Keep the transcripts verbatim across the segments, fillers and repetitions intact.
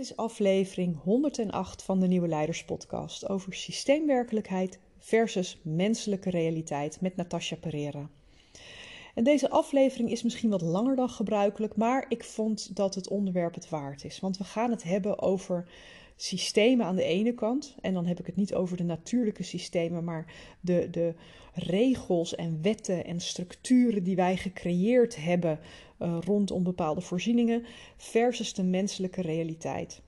is aflevering honderdacht van de Nieuwe Leiders podcast over systeemwerkelijkheid versus menselijke realiteit met Natasja Pereira. En deze aflevering is misschien wat langer dan gebruikelijk, maar ik vond dat het onderwerp het waard is. Want we gaan het hebben over systemen aan de ene kant. En dan heb ik het niet over de natuurlijke systemen, maar de, de regels en wetten en structuren die wij gecreëerd hebben uh, rondom bepaalde voorzieningen versus de menselijke realiteit.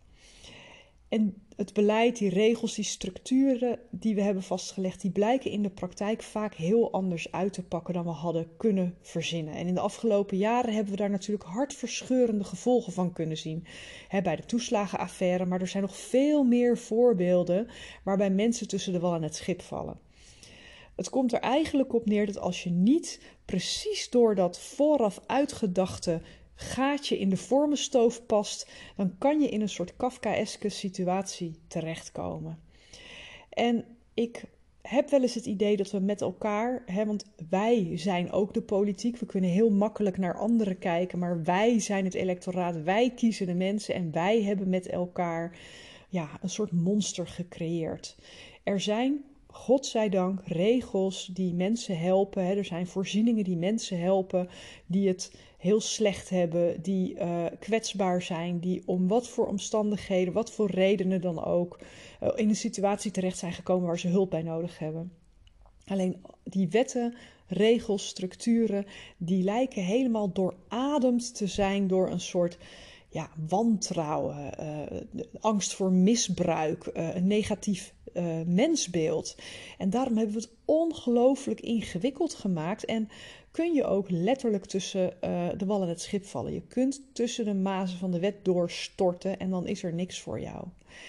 En het beleid, die regels, die structuren die we hebben vastgelegd, die blijken in de praktijk vaak heel anders uit te pakken dan we hadden kunnen verzinnen. En in de afgelopen jaren hebben we daar natuurlijk hartverscheurende gevolgen van kunnen zien. He, bij de toeslagenaffaire, maar er zijn nog veel meer voorbeelden waarbij mensen tussen de wal en het schip vallen. Het komt er eigenlijk op neer dat als je niet precies door dat vooraf uitgedachte gaatje in de vormenstoof past, dan kan je in een soort Kafkaeske situatie terechtkomen. En ik heb wel eens het idee dat we met elkaar, hè, want wij zijn ook de politiek, we kunnen heel makkelijk naar anderen kijken, maar wij zijn het electoraat, wij kiezen de mensen en wij hebben met elkaar ja, een soort monster gecreëerd. Er zijn, godzijdank, regels die mensen helpen, hè. Er zijn voorzieningen die mensen helpen, die het heel slecht hebben, die uh, kwetsbaar zijn, die om wat voor omstandigheden, wat voor redenen dan ook, uh, in een situatie terecht zijn gekomen waar ze hulp bij nodig hebben. Alleen die wetten, regels, structuren, die lijken helemaal doorademd te zijn door een soort ja, wantrouwen, uh, angst voor misbruik, uh, een negatief uh, mensbeeld. En daarom hebben we het ongelooflijk ingewikkeld gemaakt en kun je ook letterlijk tussen uh, de wal en het schip vallen. Je kunt tussen de mazen van de wet doorstorten en dan is er niks voor jou.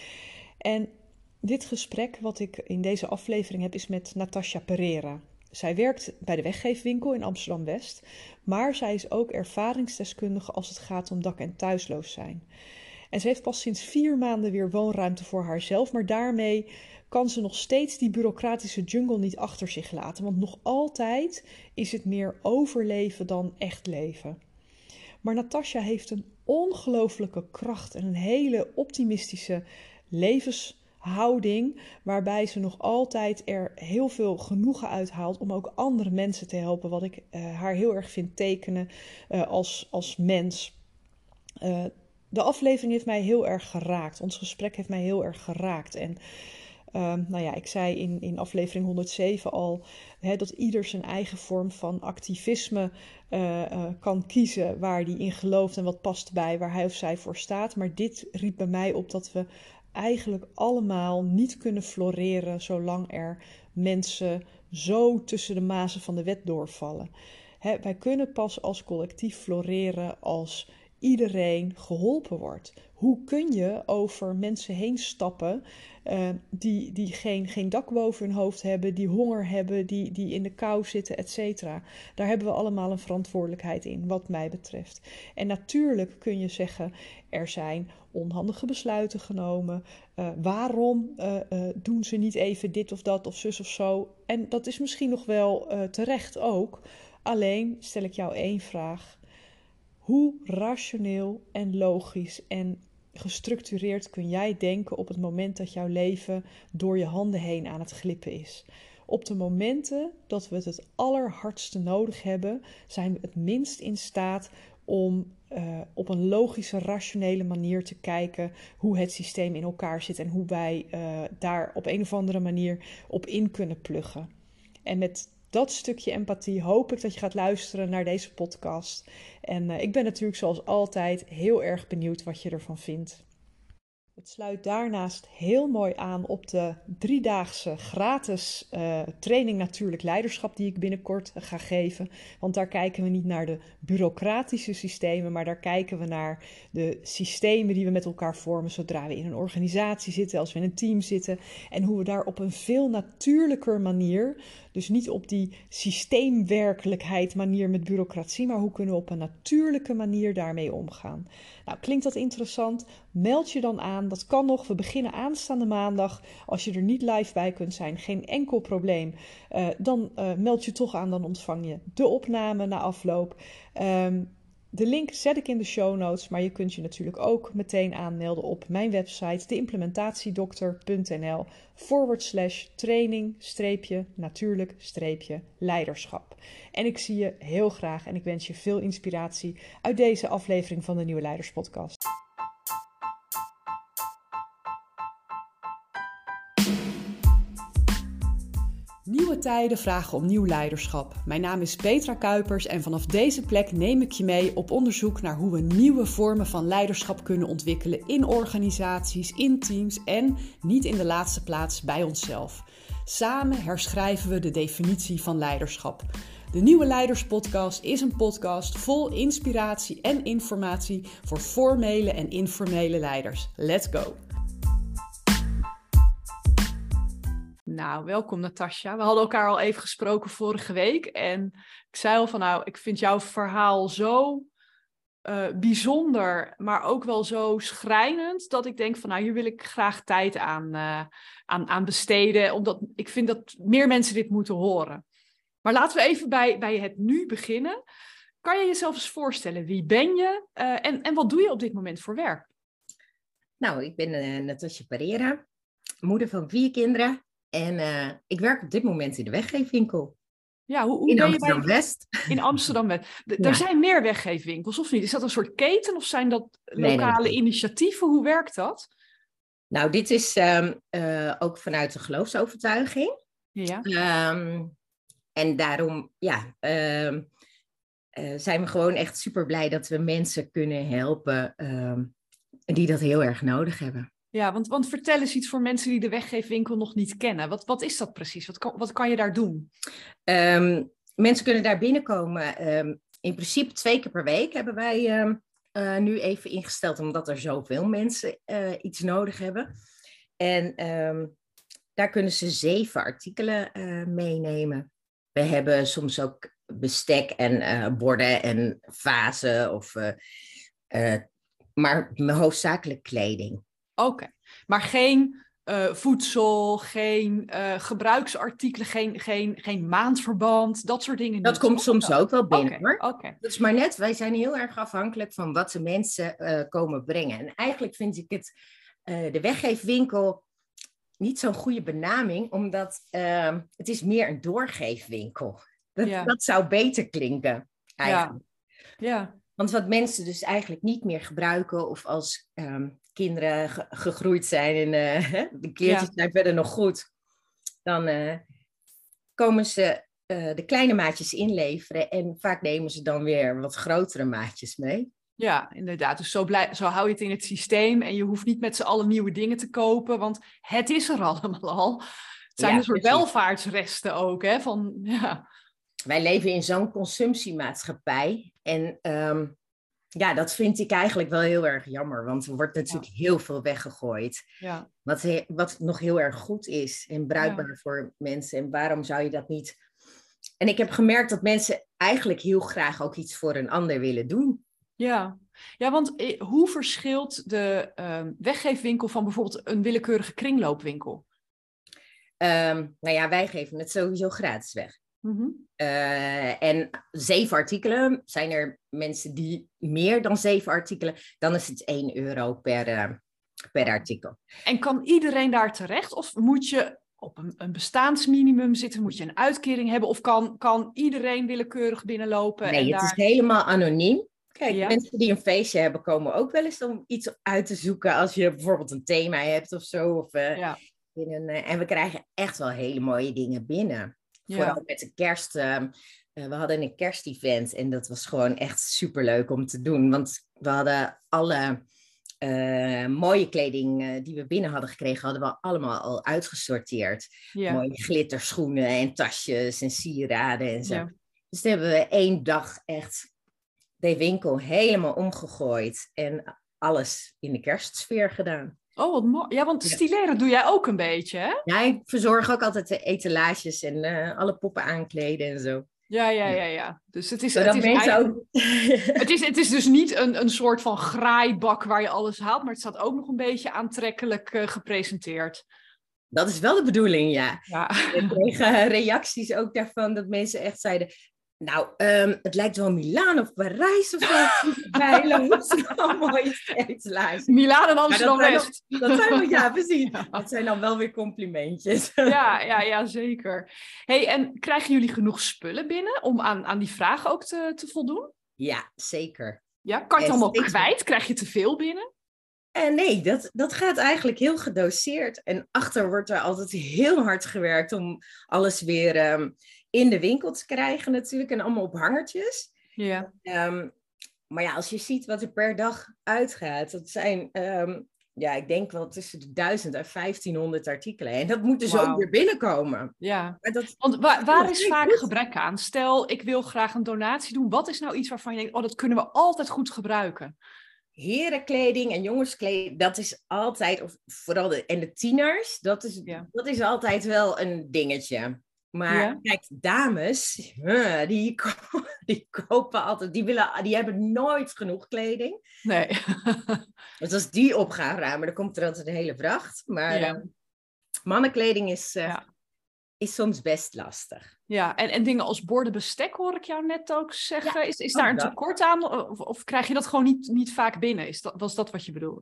En dit gesprek wat ik in deze aflevering heb is met Natasja Pereira. Zij werkt bij de weggeefwinkel in Amsterdam-West, maar zij is ook ervaringsdeskundige als het gaat om dak- en thuisloos zijn. En ze heeft pas sinds vier maanden weer woonruimte voor haarzelf, maar daarmee kan ze nog steeds die bureaucratische jungle niet achter zich laten. Want nog altijd is het meer overleven dan echt leven. Maar Natasja heeft een ongelooflijke kracht en een hele optimistische levenshouding, waarbij ze nog altijd er heel veel genoegen uit haalt om ook andere mensen te helpen, wat ik uh, haar heel erg vind tekenen uh, als, als mens. Uh, de aflevering heeft mij heel erg geraakt. Ons gesprek heeft mij heel erg geraakt. En Uh, nou ja, ik zei in, in aflevering honderdzeven al hè, dat ieder zijn eigen vorm van activisme uh, uh, kan kiezen waar hij in gelooft en wat past bij waar hij of zij voor staat. Maar dit riep bij mij op dat we eigenlijk allemaal niet kunnen floreren zolang er mensen zo tussen de mazen van de wet doorvallen. Hè, wij kunnen pas als collectief floreren als iedereen geholpen wordt. Hoe kun je over mensen heen stappen uh, die, die geen, geen dak boven hun hoofd hebben, die honger hebben, die, die in de kou zitten, et cetera. Daar hebben we allemaal een verantwoordelijkheid in, wat mij betreft. En natuurlijk kun je zeggen, er zijn onhandige besluiten genomen. Uh, waarom uh, uh, doen ze niet even dit of dat of zus of zo? En dat is misschien nog wel uh, terecht ook. Alleen stel ik jou één vraag. Hoe rationeel en logisch en gestructureerd kun jij denken op het moment dat jouw leven door je handen heen aan het glippen is? Op de momenten dat we het het allerhardste nodig hebben, zijn we het minst in staat om uh, op een logische, rationele manier te kijken hoe het systeem in elkaar zit en hoe wij uh, daar op een of andere manier op in kunnen pluggen. En met dat stukje empathie hoop ik dat je gaat luisteren naar deze podcast. En uh, ik ben natuurlijk zoals altijd heel erg benieuwd wat je ervan vindt. Het sluit daarnaast heel mooi aan op de driedaagse gratis uh, training natuurlijk leiderschap die ik binnenkort uh, ga geven. Want daar kijken we niet naar de bureaucratische systemen, maar daar kijken we naar de systemen die we met elkaar vormen zodra we in een organisatie zitten, als we in een team zitten. En hoe we daar op een veel natuurlijker manier, dus niet op die systeemwerkelijkheid manier met bureaucratie, maar hoe kunnen we op een natuurlijke manier daarmee omgaan. Nou, klinkt dat interessant? Meld je dan aan. Dat kan nog. We beginnen aanstaande maandag. Als je er niet live bij kunt zijn, geen enkel probleem. Uh, dan uh, meld je toch aan. Dan ontvang je de opname na afloop. Um, De link zet ik in de show notes, maar je kunt je natuurlijk ook meteen aanmelden op mijn website deimplementatiedokter.nl forward slash training streepje natuurlijk streepje leiderschap. En ik zie je heel graag en ik wens je veel inspiratie uit deze aflevering van de Nieuwe Leiders Podcast. Nieuwe tijden vragen om nieuw leiderschap. Mijn naam is Petra Kuipers en vanaf deze plek neem ik je mee op onderzoek naar hoe we nieuwe vormen van leiderschap kunnen ontwikkelen in organisaties, in teams en, niet in de laatste plaats, bij onszelf. Samen herschrijven we de definitie van leiderschap. De Nieuwe Leiders Podcast is een podcast vol inspiratie en informatie voor formele en informele leiders. Let's go! Nou, welkom Natasja. We hadden elkaar al even gesproken vorige week. En ik zei al van nou, ik vind jouw verhaal zo uh, bijzonder, maar ook wel zo schrijnend, dat ik denk van nou, hier wil ik graag tijd aan, uh, aan, aan besteden. Omdat ik vind dat meer mensen dit moeten horen. Maar laten we even bij, bij het nu beginnen. Kan je jezelf eens voorstellen? Wie ben je uh, en, en wat doe je op dit moment voor werk? Nou, ik ben uh, Natasja Pereira, moeder van vier kinderen. En uh, ik werk op dit moment in de weggeefwinkel. Ja, hoe, hoe in ben Amsterdam-West. Je bij... In Amsterdam-West. D- Ja. Er zijn meer weggeefwinkels, of niet? Is dat een soort keten of zijn dat lokale nee, nee, nee. initiatieven? Hoe werkt dat? Nou, dit is um, uh, ook vanuit de geloofsovertuiging. Ja. Um, en daarom ja, um, uh, zijn we gewoon echt super blij dat we mensen kunnen helpen um, die dat heel erg nodig hebben. Ja, want, want vertel eens iets voor mensen die de weggeefwinkel nog niet kennen. Wat, wat is dat precies? Wat kan, wat kan je daar doen? Um, mensen kunnen daar binnenkomen. Um, in principe twee keer per week hebben wij um, uh, nu even ingesteld, omdat er zoveel mensen uh, iets nodig hebben. En um, daar kunnen ze zeven artikelen uh, meenemen. We hebben soms ook bestek en uh, borden en vazen, of, uh, uh, maar hoofdzakelijk kleding. Oké, okay. Maar geen uh, voedsel, geen uh, gebruiksartikelen, geen, geen, geen maandverband, dat soort dingen. Dat niet. komt soms ook wel binnen, okay, hoor. Okay. Dat is maar net, wij zijn heel erg afhankelijk van wat de mensen uh, komen brengen. En eigenlijk vind ik het, uh, de weggeefwinkel niet zo'n goede benaming, omdat uh, het is meer een doorgeefwinkel. Dat, ja. dat zou beter klinken, eigenlijk. Ja. Ja. Want wat mensen dus eigenlijk niet meer gebruiken, of als um, kinderen ge- gegroeid zijn en uh, de kleertjes ja. zijn verder nog goed, dan uh, komen ze uh, de kleine maatjes inleveren en vaak nemen ze dan weer wat grotere maatjes mee. Ja, inderdaad. Dus zo, blij, zo hou je het in het systeem en je hoeft niet met z'n allen nieuwe dingen te kopen, want het is er allemaal al. Het zijn ja, een soort precies. welvaartsresten ook, hè? Van, ja. Wij leven in zo'n consumptiemaatschappij en um, ja, dat vind ik eigenlijk wel heel erg jammer, want er wordt natuurlijk ja. heel veel weggegooid. Ja. Wat, he, wat nog heel erg goed is en bruikbaar ja. voor mensen. En waarom zou je dat niet... En ik heb gemerkt dat mensen eigenlijk heel graag ook iets voor een ander willen doen. Ja, ja, want eh, hoe verschilt de uh, weggeefwinkel van bijvoorbeeld een willekeurige kringloopwinkel? Um, nou ja, wij geven het sowieso gratis weg. Mm-hmm. Uh, en zeven artikelen, zijn er mensen die meer dan zeven artikelen, dan is het één euro per, uh, per artikel. En kan iedereen daar terecht? Of moet je op een, een bestaansminimum zitten? Moet je een uitkering hebben? Of kan, kan iedereen willekeurig binnenlopen? Nee, en het daar... is helemaal anoniem. Kijk, ja. mensen die een feestje hebben komen ook wel eens om iets uit te zoeken als je bijvoorbeeld een thema hebt of zo. Of, uh, ja. in een, uh, en we krijgen echt wel hele mooie dingen binnen. Ja. Vooral met de kerst. Uh, uh, we hadden een kerstevent en dat was gewoon echt superleuk om te doen. Want we hadden alle uh, mooie kleding uh, die we binnen hadden gekregen, hadden we allemaal al uitgesorteerd. Ja. Mooie glitterschoenen en tasjes en sieraden en zo. Ja. Dus toen hebben we één dag echt de winkel helemaal omgegooid en alles in de kerstsfeer gedaan. Oh, wat mooi. Ja, want stileren ja. doe jij ook een beetje, hè? Ja, ik verzorg ook altijd de etalages en uh, alle poppen aankleden en zo. Ja, ja, ja, ja. Dus het is, het is, eigenlijk... ook... het is, het is dus niet een, een soort van graaibak waar je alles haalt, maar het staat ook nog een beetje aantrekkelijk uh, gepresenteerd. Dat is wel de bedoeling, ja. ja. Ik kreeg uh, reacties ook daarvan dat mensen echt zeiden, Nou, um, het lijkt wel Milaan of Parijs of zo. Bijloopt zo'n mooie etalage. Milaan en Amsterdam-West. Dat, dat zijn wel, ja, precies. Ja. Dat zijn dan wel weer complimentjes. Ja, ja, ja, zeker. Hey, en krijgen jullie genoeg spullen binnen om aan, aan die vragen ook te, te voldoen? Ja, zeker. Ja, kan je het allemaal kwijt? Krijg je te veel binnen? Uh, nee, dat, dat gaat eigenlijk heel gedoseerd. En achter wordt er altijd heel hard gewerkt om alles weer um, in de winkel te krijgen natuurlijk. En allemaal op hangertjes. Ja. Um, maar ja, als je ziet wat er per dag uitgaat. Dat zijn, um, ja, ik denk wel tussen de duizend en vijftienhonderd artikelen. En dat moet dus wow. ook weer binnenkomen. Ja, maar dat, want waar, waar is vaak goed. gebrek aan? Stel, ik wil graag een donatie doen. Wat is nou iets waarvan je denkt, oh, dat kunnen we altijd goed gebruiken? Herenkleding en jongenskleding, dat is altijd, of vooral de, en de tieners, dat is, ja. dat is altijd wel een dingetje. Maar ja. kijk, dames, die, die kopen altijd, die, willen, die hebben nooit genoeg kleding. Nee. Dus als die op gaan ruimen, dan komt er altijd een hele vracht. Maar ja. uh, mannenkleding is, uh, ja. is soms best lastig. Ja, en, en dingen als borden bestek hoor ik jou net ook zeggen. Ja, is, is daar een tekort aan of, of krijg je dat gewoon niet, niet vaak binnen? Is dat, was dat wat je bedoelde?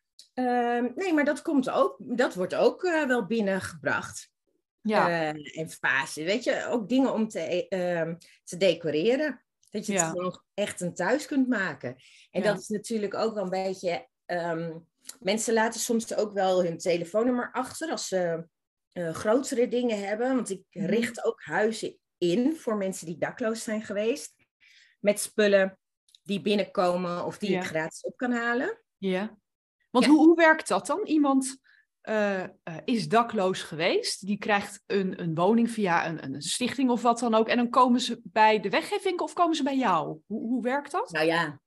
Uh, nee, maar dat, komt ook, dat wordt ook uh, wel binnengebracht. Ja. Uh, en vazen, weet je, ook dingen om te, uh, te decoreren. Dat je het ja. gewoon echt een thuis kunt maken. En ja. dat is natuurlijk ook wel een beetje... Um, mensen laten soms ook wel hun telefoonnummer achter als ze... Uh, grotere dingen hebben, want ik richt ook huizen in voor mensen die dakloos zijn geweest, met spullen die binnenkomen of die ja. ik gratis op kan halen. Ja, want ja. Hoe, hoe werkt dat dan? Iemand uh, uh, is dakloos geweest, die krijgt een, een woning via een, een stichting of wat dan ook, en dan komen ze bij de weggeefwinkel of komen ze bij jou? Hoe, hoe werkt dat? Nou ja,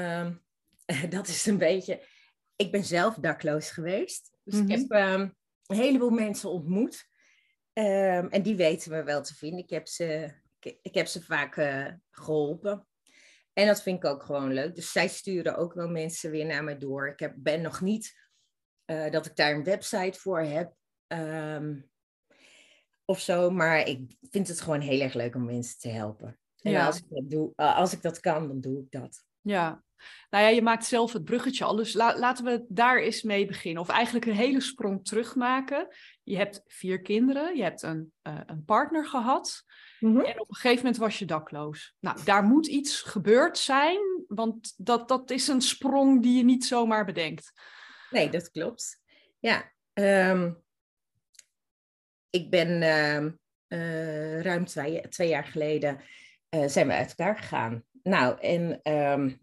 uh, dat is een beetje... Ik ben zelf dakloos geweest, dus mm-hmm. ik heb... Uh, een heleboel mensen ontmoet. Um, en die weten me wel te vinden. Ik heb ze, ik, ik heb ze vaak uh, geholpen. En dat vind ik ook gewoon leuk. Dus zij sturen ook wel mensen weer naar mij door. Ik heb, ben nog niet uh, dat ik daar een website voor heb. Um, of zo. Maar ik vind het gewoon heel erg leuk om mensen te helpen. En ja. als, ik dat doe, uh, als ik dat kan, dan doe ik dat. Ja. Nou ja, je maakt zelf het bruggetje al, dus la- laten we daar eens mee beginnen. Of eigenlijk een hele sprong terugmaken. Je hebt vier kinderen, je hebt een, uh, een partner gehad mm-hmm. en op een gegeven moment was je dakloos. Nou, daar moet iets gebeurd zijn, want dat, dat is een sprong die je niet zomaar bedenkt. Nee, dat klopt. Ja, um, ik ben uh, uh, ruim twee, twee jaar geleden uh, zijn we uit elkaar gegaan. Nou, en... Um,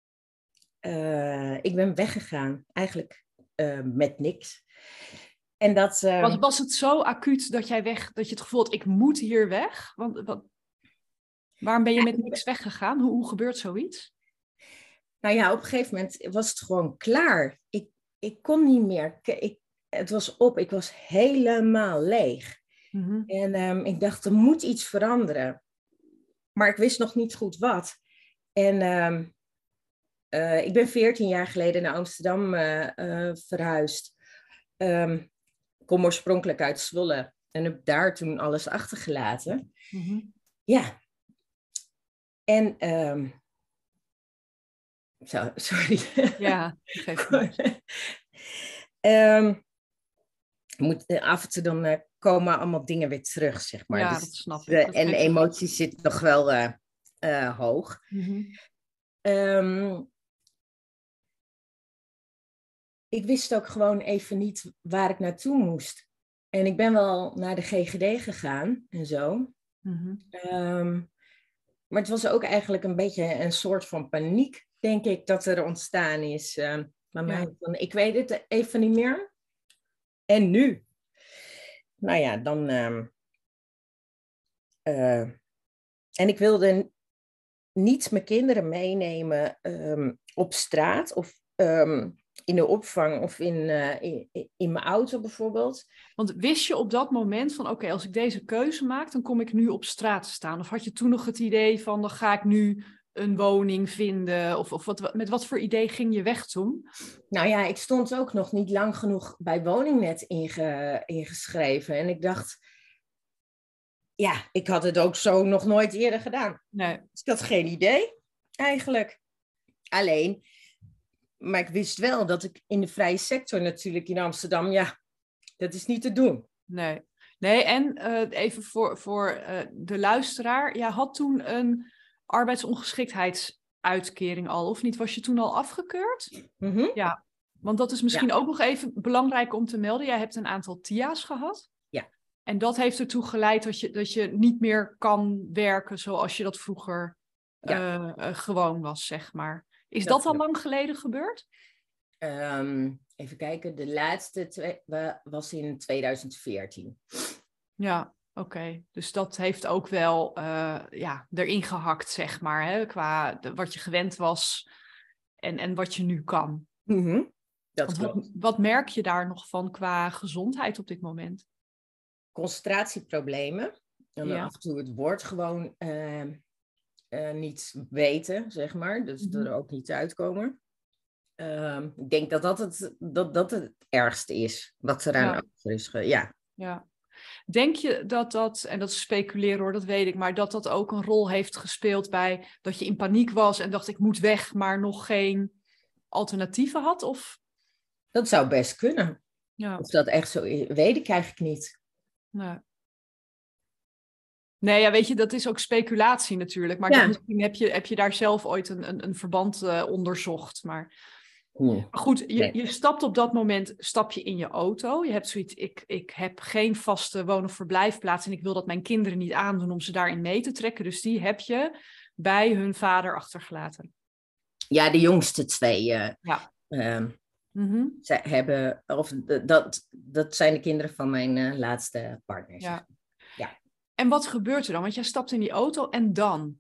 Uh, ik ben weggegaan, eigenlijk uh, met niks. En dat, uh... was, was het zo acuut dat jij weg, dat je het gevoel had, ik moet hier weg? Want, wat, waarom ben je met niks weggegaan? Hoe, hoe gebeurt zoiets? Nou ja, op een gegeven moment was het gewoon klaar. Ik, ik kon niet meer. Ik, het was op, ik was helemaal leeg. Mm-hmm. En um, ik dacht, er moet iets veranderen. Maar ik wist nog niet goed wat. En... Um, Uh, ik ben veertien jaar geleden naar Amsterdam uh, uh, verhuisd. Um, ik kom oorspronkelijk uit Zwolle en heb daar toen alles achtergelaten. Mm-hmm. Ja. En, um... Zo, sorry. Ja, geef me. um, moet, uh, af en toe dan uh, komen allemaal dingen weer terug, zeg maar. Ja, dus, dat snap ik. De, dat en de emotie zit nog wel uh, uh, hoog. Mm-hmm. Um, Ik wist ook gewoon even niet waar ik naartoe moest. En ik ben wel naar de G G D gegaan en zo. Mm-hmm. Um, maar het was ook eigenlijk een beetje een soort van paniek, denk ik, dat er ontstaan is. Uh, maar ja. mij, ik weet het even niet meer. En nu? Nou ja, dan... Um, uh, en ik wilde niet mijn kinderen meenemen um, op straat of... Um, in de opvang of in, uh, in, in mijn auto bijvoorbeeld. Want wist je op dat moment van... oké, okay, als ik deze keuze maak, dan kom ik nu op straat te staan? Of had je toen nog het idee van... dan ga ik nu een woning vinden? Of, of wat, met wat voor idee ging je weg toen? Nou ja, ik stond ook nog niet lang genoeg bij Woningnet inge, ingeschreven. En ik dacht... ja, ik had het ook zo nog nooit eerder gedaan. Nee. Dus ik had geen idee, eigenlijk. Alleen, maar ik wist wel dat ik in de vrije sector natuurlijk in Amsterdam, ja, dat is niet te doen. Nee, nee en uh, even voor, voor uh, de luisteraar. Jij had toen een arbeidsongeschiktheidsuitkering al, of niet? Was je toen al afgekeurd? Mm-hmm. Ja, want dat is misschien ja. ook nog even belangrijk om te melden. Jij hebt een aantal T I A's gehad. Ja. En dat heeft ertoe geleid dat je, dat je niet meer kan werken zoals je dat vroeger ja. uh, uh, gewoon was, zeg maar. Is dat, dat al lang geleden gebeurd? Um, even kijken, de laatste twee, was in tweeduizend veertien. Ja, oké. Okay. Dus dat heeft ook wel uh, ja, erin gehakt, zeg maar, hè? Qua de, wat je gewend was en, en wat je nu kan. Mm-hmm. Dat klopt. Wat, wat merk je daar nog van qua gezondheid op dit moment? Concentratieproblemen. En ja. af en toe het woord gewoon uh, uh, niet weten, zeg maar. Dus mm-hmm. er ook niet uitkomen. Uh, ik denk dat dat het, dat, dat het ergste is, wat er aan ja. over is. Ge- ja. ja. Denk je dat dat, en dat is speculeren hoor, dat weet ik, maar dat dat ook een rol heeft gespeeld bij dat je in paniek was en dacht ik moet weg, maar nog geen alternatieven had? Of? Dat zou best kunnen. Ja. Of dat echt zo is, weet ik eigenlijk niet. Nee. Nee, ja, weet je, dat is ook speculatie natuurlijk. Maar ja. dat, misschien heb je, heb je daar zelf ooit een, een, een verband uh, onderzocht. Maar, hmm. maar goed, je, nee. je stapt op dat moment stap je in je auto. Je hebt zoiets, ik, ik heb geen vaste woon- of verblijfplaats en ik wil dat mijn kinderen niet aandoen om ze daarin mee te trekken. Dus die heb je bij hun vader achtergelaten. Ja, de jongste twee. Uh, ja. Uh, mm-hmm. Ze hebben, of dat, dat zijn de kinderen van mijn uh, laatste partners. Ja. ja. En wat gebeurt er dan? Want jij stapt in die auto en dan?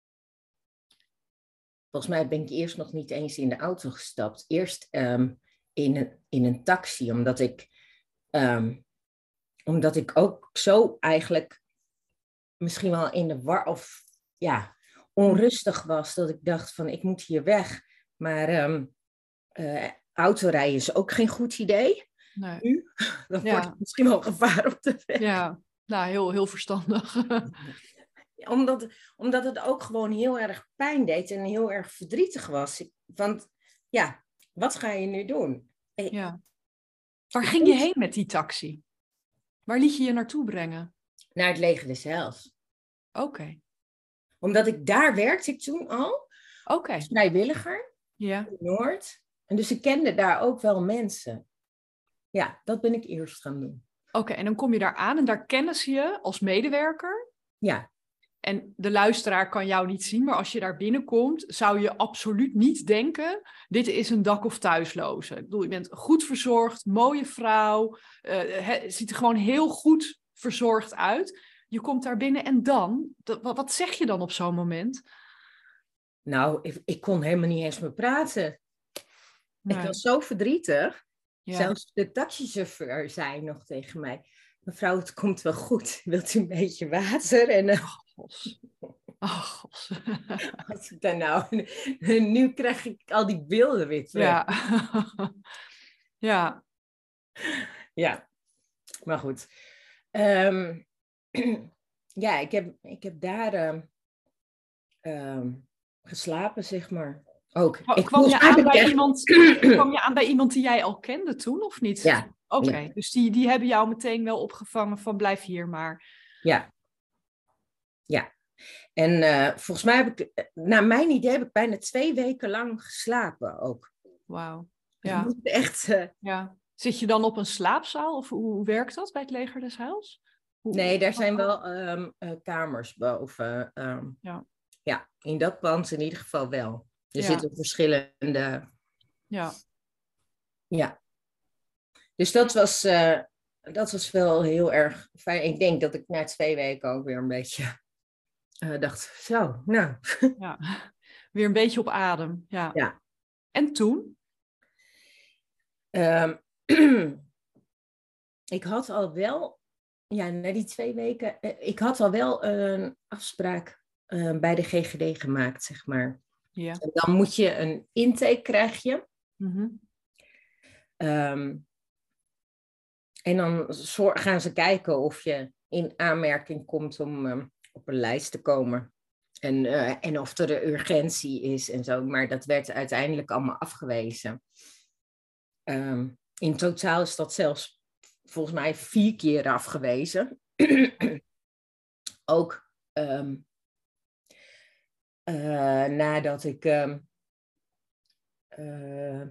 Volgens mij ben ik eerst nog niet eens in de auto gestapt. Eerst um, in, een, in een taxi, omdat ik, um, omdat ik ook zo eigenlijk misschien wel in de war of ja, onrustig was. Dat ik dacht van ik moet hier weg. Maar um, uh, autorijden is ook geen goed idee. Nee. Nu. Dan ja. wordt het misschien wel gevaar op de weg. Ja. Nou, heel, heel verstandig. omdat, omdat het ook gewoon heel erg pijn deed en heel erg verdrietig was. Want ja, wat ga je nu doen? Ja. Waar ging je heen met die taxi? Waar liet je je naartoe brengen? Naar het Leger des Heils. Oké. Okay. Omdat ik daar werkte ik toen al. Oké. Okay. Vrijwilliger. Ja. In Noord. En dus ik kende daar ook wel mensen. Ja, dat ben ik eerst gaan doen. Oké, okay, en dan kom je daar aan en daar kennen ze je als medewerker. Ja. En de luisteraar kan jou niet zien, maar als je daar binnenkomt, zou je absoluut niet denken, dit is een dak- of thuisloze. Ik bedoel, je bent goed verzorgd, mooie vrouw, uh, he, ziet er gewoon heel goed verzorgd uit. Je komt daar binnen en dan, d- wat zeg je dan op zo'n moment? Nou, ik, ik kon helemaal niet eens meer praten. Nee. Ik was zo verdrietig. Ja. Zelfs de taxichauffeur zei nog tegen mij, mevrouw, het komt wel goed. Wilt u een beetje water? En, uh... oh, gos. Oh, gos. Als ik daar nou... Nu krijg ik al die beelden weer terug. Ja. ja. Ja. Maar goed. Um, ja, ik heb, ik heb daar um, um, geslapen, zeg maar. Ook. Kwam, ik kwam, je aan bij echt... iemand, kwam je aan bij iemand die jij al kende toen, of niet? Ja. Oké, okay, ja. dus die, die hebben jou meteen wel opgevangen van blijf hier maar. Ja. Ja. En uh, volgens mij heb ik, naar mijn idee heb ik bijna twee weken lang geslapen ook. Wauw. Ja. Echt. Uh... ja. Zit je dan op een slaapzaal of hoe, hoe werkt dat bij het Leger des Heils? Hoe, nee, daar zijn wel um, uh, kamers boven. Um, ja. ja, in dat pand in ieder geval wel. Er ja. zitten verschillende... Ja. Ja. Dus dat was, uh, dat was wel heel erg fijn. Ik denk dat ik na twee weken ook weer een beetje uh, dacht, zo, nou. Ja, weer een beetje op adem. Ja. ja. En toen? Um, ik had al wel, ja, na die twee weken, uh, ik had al wel een afspraak uh, bij de G G D gemaakt, zeg maar. Ja. En dan moet je een intake krijgen. Mm-hmm. Um, en dan gaan ze kijken of je in aanmerking komt om uh, op een lijst te komen. En, uh, en of er een urgentie is en zo. Maar dat werd uiteindelijk allemaal afgewezen. Um, in totaal is dat zelfs volgens mij vier keer afgewezen. Ook um, uh, nadat ik um, uh,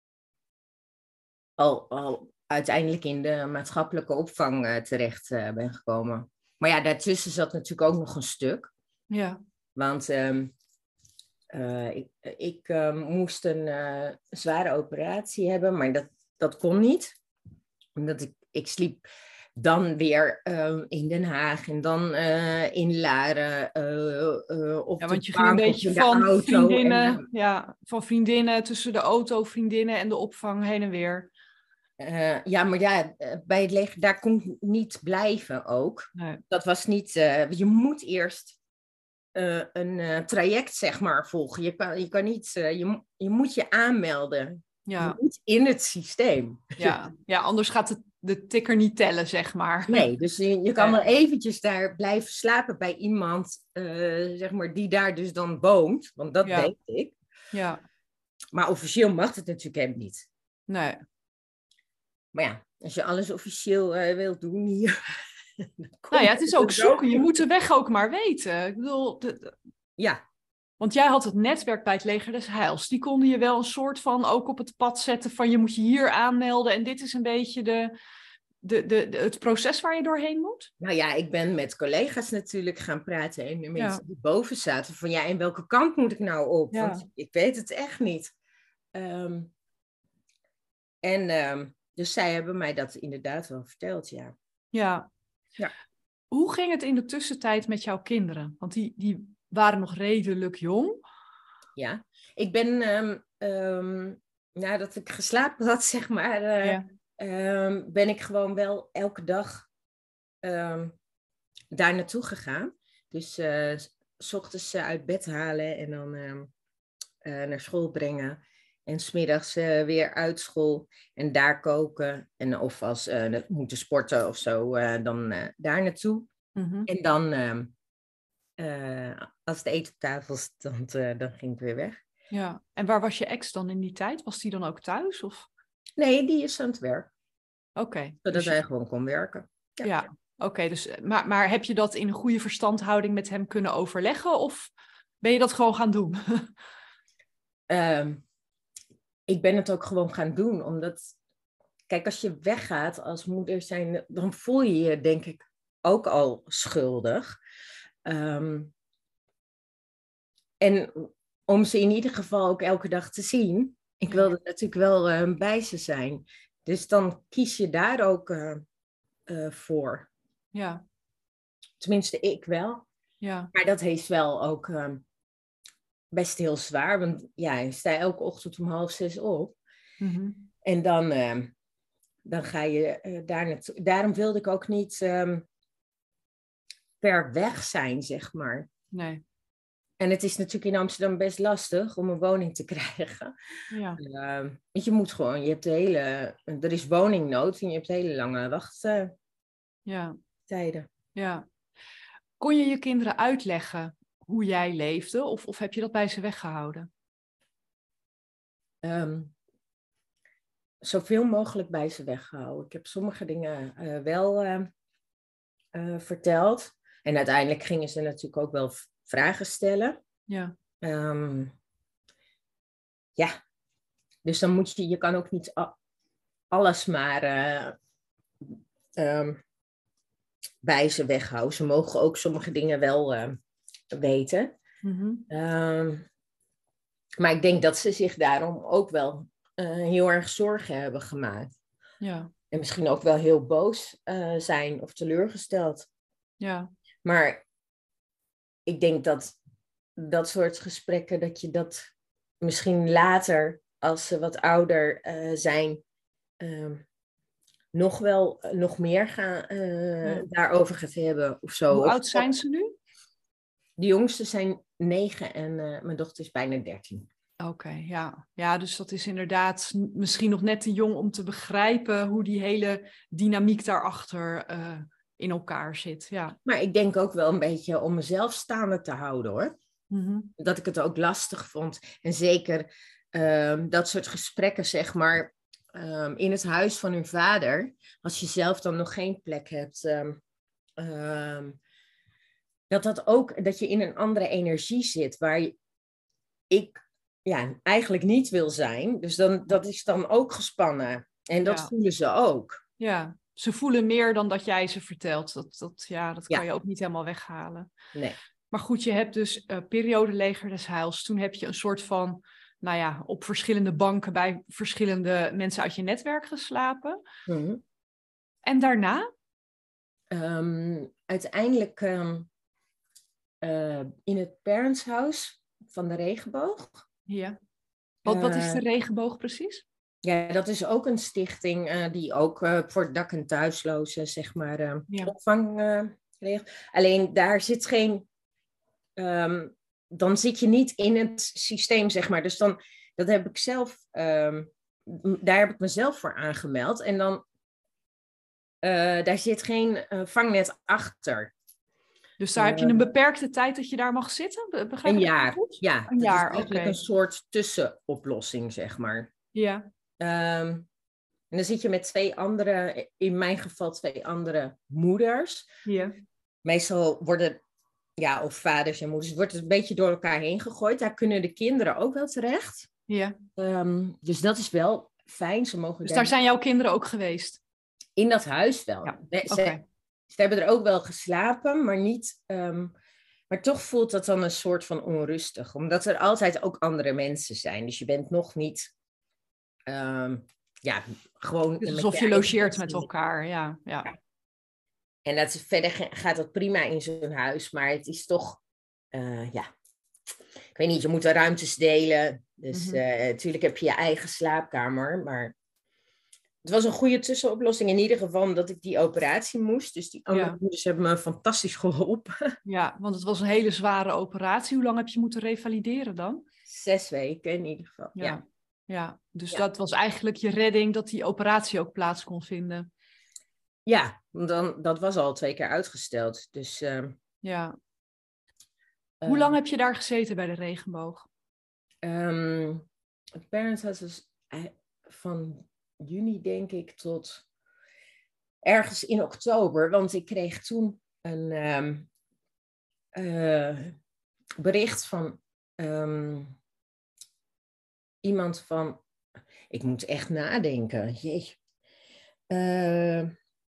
al, al uiteindelijk in de maatschappelijke opvang uh, terecht uh, ben gekomen. Maar ja, daartussen zat natuurlijk ook nog een stuk. Ja. Want um, uh, ik, ik uh, moest een uh, zware operatie hebben, maar dat, dat kon niet. Omdat ik, ik sliep dan weer uh, in Den Haag en dan uh, in Laren. Uh, uh, op ja, want je de ging een bank, beetje de van auto vriendinnen, en, uh, ja, van vriendinnen tussen de auto, vriendinnen en de opvang heen en weer. Uh, ja, maar ja, bij het leger, daar kon ik niet blijven ook. Nee. Dat was niet, uh, je moet eerst uh, een uh, traject, zeg maar, volgen. Je kan, je kan niet, uh, je, je moet je aanmelden. Ja. Je moet in het systeem. Ja, ja, anders gaat de, de tikker niet tellen, zeg maar. Nee, dus je, je kan Nee. wel eventjes daar blijven slapen bij iemand, uh, zeg maar, die daar dus dan woont. Want dat Ja. deed ik. Ja. Maar officieel mag het natuurlijk helemaal niet. Nee. Maar ja, als je alles officieel uh, wilt doen hier... Nou ja, het is ook zoeken. Je moet de weg ook maar weten. Ik bedoel, de, de... ja. Want jij had het netwerk bij het Leger des Heils. Die konden je wel een soort van ook op het pad zetten van je moet je hier aanmelden. En dit is een beetje de, de, de, de, het proces waar je doorheen moet. Nou ja, ik ben met collega's natuurlijk gaan praten. En de mensen Ja. die boven zaten van ja, en welke kant moet ik nou op? Ja. Want ik weet het echt niet. Um, en um, dus zij hebben mij dat inderdaad wel verteld, ja. Ja. Ja. Hoe ging het in de tussentijd met jouw kinderen? Want die, die waren nog redelijk jong. Ja, ik ben, um, um, nadat ik geslapen had, zeg maar, uh, Ja. um, ben ik gewoon wel elke dag um, daar naartoe gegaan. Dus uh, 's ochtends uh, uit bed halen en dan um, uh, naar school brengen. En 's middags uh, weer uit school en daar koken. En of als uh, we moeten sporten of zo, uh, dan uh, daar naartoe. Mm-hmm. En dan, uh, uh, als het eten op tafel stond, uh, dan ging ik weer weg. Ja, en waar was je ex dan in die tijd? Was die dan ook thuis? Of? Nee, die is aan het werk. Oké. Okay, zodat dus hij je... gewoon kon werken. Ja, ja. Oké. Okay, dus, maar, maar heb je dat in een goede verstandhouding met hem kunnen overleggen? Of ben je dat gewoon gaan doen? um, ik ben het ook gewoon gaan doen. Omdat, kijk, als je weggaat als moeder zijn, dan voel je je denk ik ook al schuldig. Um, en om ze in ieder geval ook elke dag te zien. Ik wilde natuurlijk wel uh, bij ze zijn. Dus dan kies je daar ook uh, uh, voor. Ja. Tenminste, ik wel. Ja. Maar dat heeft wel ook um, best heel zwaar. Want ja, je staat elke ochtend om half zes op. Mm-hmm. En dan, uh, dan ga je uh, daar naartoe. Daarom wilde ik ook niet um, ver weg zijn, zeg maar. Nee. En het is natuurlijk in Amsterdam best lastig om een woning te krijgen. Ja. Uh, je moet gewoon, je hebt de hele, er is woningnood en je hebt hele lange wachttijden. Ja. Uh, ja. Kon je je kinderen uitleggen hoe jij leefde of, of heb je dat bij ze weggehouden? Um, zoveel mogelijk bij ze weggehouden. Ik heb sommige dingen uh, wel uh, uh, verteld. En uiteindelijk gingen ze natuurlijk ook wel vragen stellen. Ja. Um, ja. Dus dan moet je, je kan ook niet a- alles maar uh, um, bij ze weghouden. Ze mogen ook sommige dingen wel uh, weten. Mm-hmm. Um, maar ik denk dat ze zich daarom ook wel uh, heel erg zorgen hebben gemaakt. Ja. En misschien ook wel heel boos uh, zijn of teleurgesteld. Ja. Maar ik denk dat dat soort gesprekken, dat je dat misschien later, als ze wat ouder uh, zijn, uh, nog wel uh, nog meer gaan, uh, ja. daarover gaat hebben of zo. Hoe of, oud zijn ze nu? De jongste zijn negen en uh, mijn dochter is bijna dertien. Oké, okay, ja. Ja, dus dat is inderdaad misschien nog net te jong om te begrijpen hoe die hele dynamiek daarachter uh, in elkaar zit. Ja. Maar ik denk ook wel een beetje om mezelf staande te houden, hoor. Mm-hmm. Dat ik het ook lastig vond. En zeker um, dat soort gesprekken, zeg maar, um, in het huis van hun vader. Als je zelf dan nog geen plek hebt. Um, um, dat dat ook, dat je in een andere energie zit. Waar je, ik ja, eigenlijk niet wil zijn. Dus dan, dat is dan ook gespannen. En dat Ja. voelen ze ook. Ja, ze voelen meer dan dat jij ze vertelt. Dat, dat, ja, dat kan Ja. je ook niet helemaal weghalen. Nee. Maar goed, je hebt dus uh, periode Leger des Heils. Toen heb je een soort van, nou ja, op verschillende banken bij verschillende mensen uit je netwerk geslapen. Mm-hmm. En daarna? Um, uiteindelijk um, uh, in het Parents House van de Regenboog. Ja. Wat, wat is de Uh, Regenboog precies? Ja, dat is ook een stichting uh, die ook uh, voor dak- en thuislozen, zeg maar, uh, ja. opvang uh, regelt. Alleen daar zit geen... Um, dan zit je niet in het systeem, zeg maar. Dus dan, dat heb ik zelf... Um, daar heb ik mezelf voor aangemeld. En dan... Uh, daar zit geen uh, vangnet achter. Dus daar uh, heb je een beperkte tijd dat je daar mag zitten? Begrijp een ik jaar, goed? ja. Een dat jaar, is eigenlijk okay. een soort tussenoplossing, zeg maar. Ja. Um, en dan zit je met twee andere, in mijn geval twee andere moeders. Ja. Meestal worden, ja, of vaders en moeders, wordt het een beetje door elkaar heen gegooid. Daar kunnen de kinderen ook wel terecht. Ja. Um, dus dat is wel fijn. Ze mogen dus daar... daar zijn jouw kinderen ook geweest? In dat huis wel. Ja. Ze, Okay. ze hebben er ook wel geslapen, maar niet... Um, maar toch voelt dat dan een soort van onrustig. Omdat er altijd ook andere mensen zijn. Dus je bent nog niet... Um, ja, gewoon... Dus alsof je logeert met elkaar, ja, ja. ja. En dat is, verder gaat dat prima in zo'n huis. Maar het is toch... Uh, ja... Ik weet niet, je moet de ruimtes delen. Dus mm-hmm. uh, natuurlijk heb je je eigen slaapkamer. Maar het was een goede tussenoplossing. In ieder geval omdat ik die operatie moest. Dus die andere ja. moeders hebben me fantastisch geholpen. Ja, want het was een hele zware operatie. Hoe lang heb je moeten revalideren dan? Zes weken in ieder geval, ja. ja. Ja, dus ja. dat was eigenlijk je redding dat die operatie ook plaats kon vinden. Ja, dan, dat was al twee keer uitgesteld. Dus, uh, ja. Uh, Hoe lang heb je daar gezeten bij de Regenboog? Um, het Parents House was van juni, denk ik, tot ergens in oktober. Want ik kreeg toen een um, uh, bericht van um, iemand van... Ik moet echt nadenken. Jee. Uh,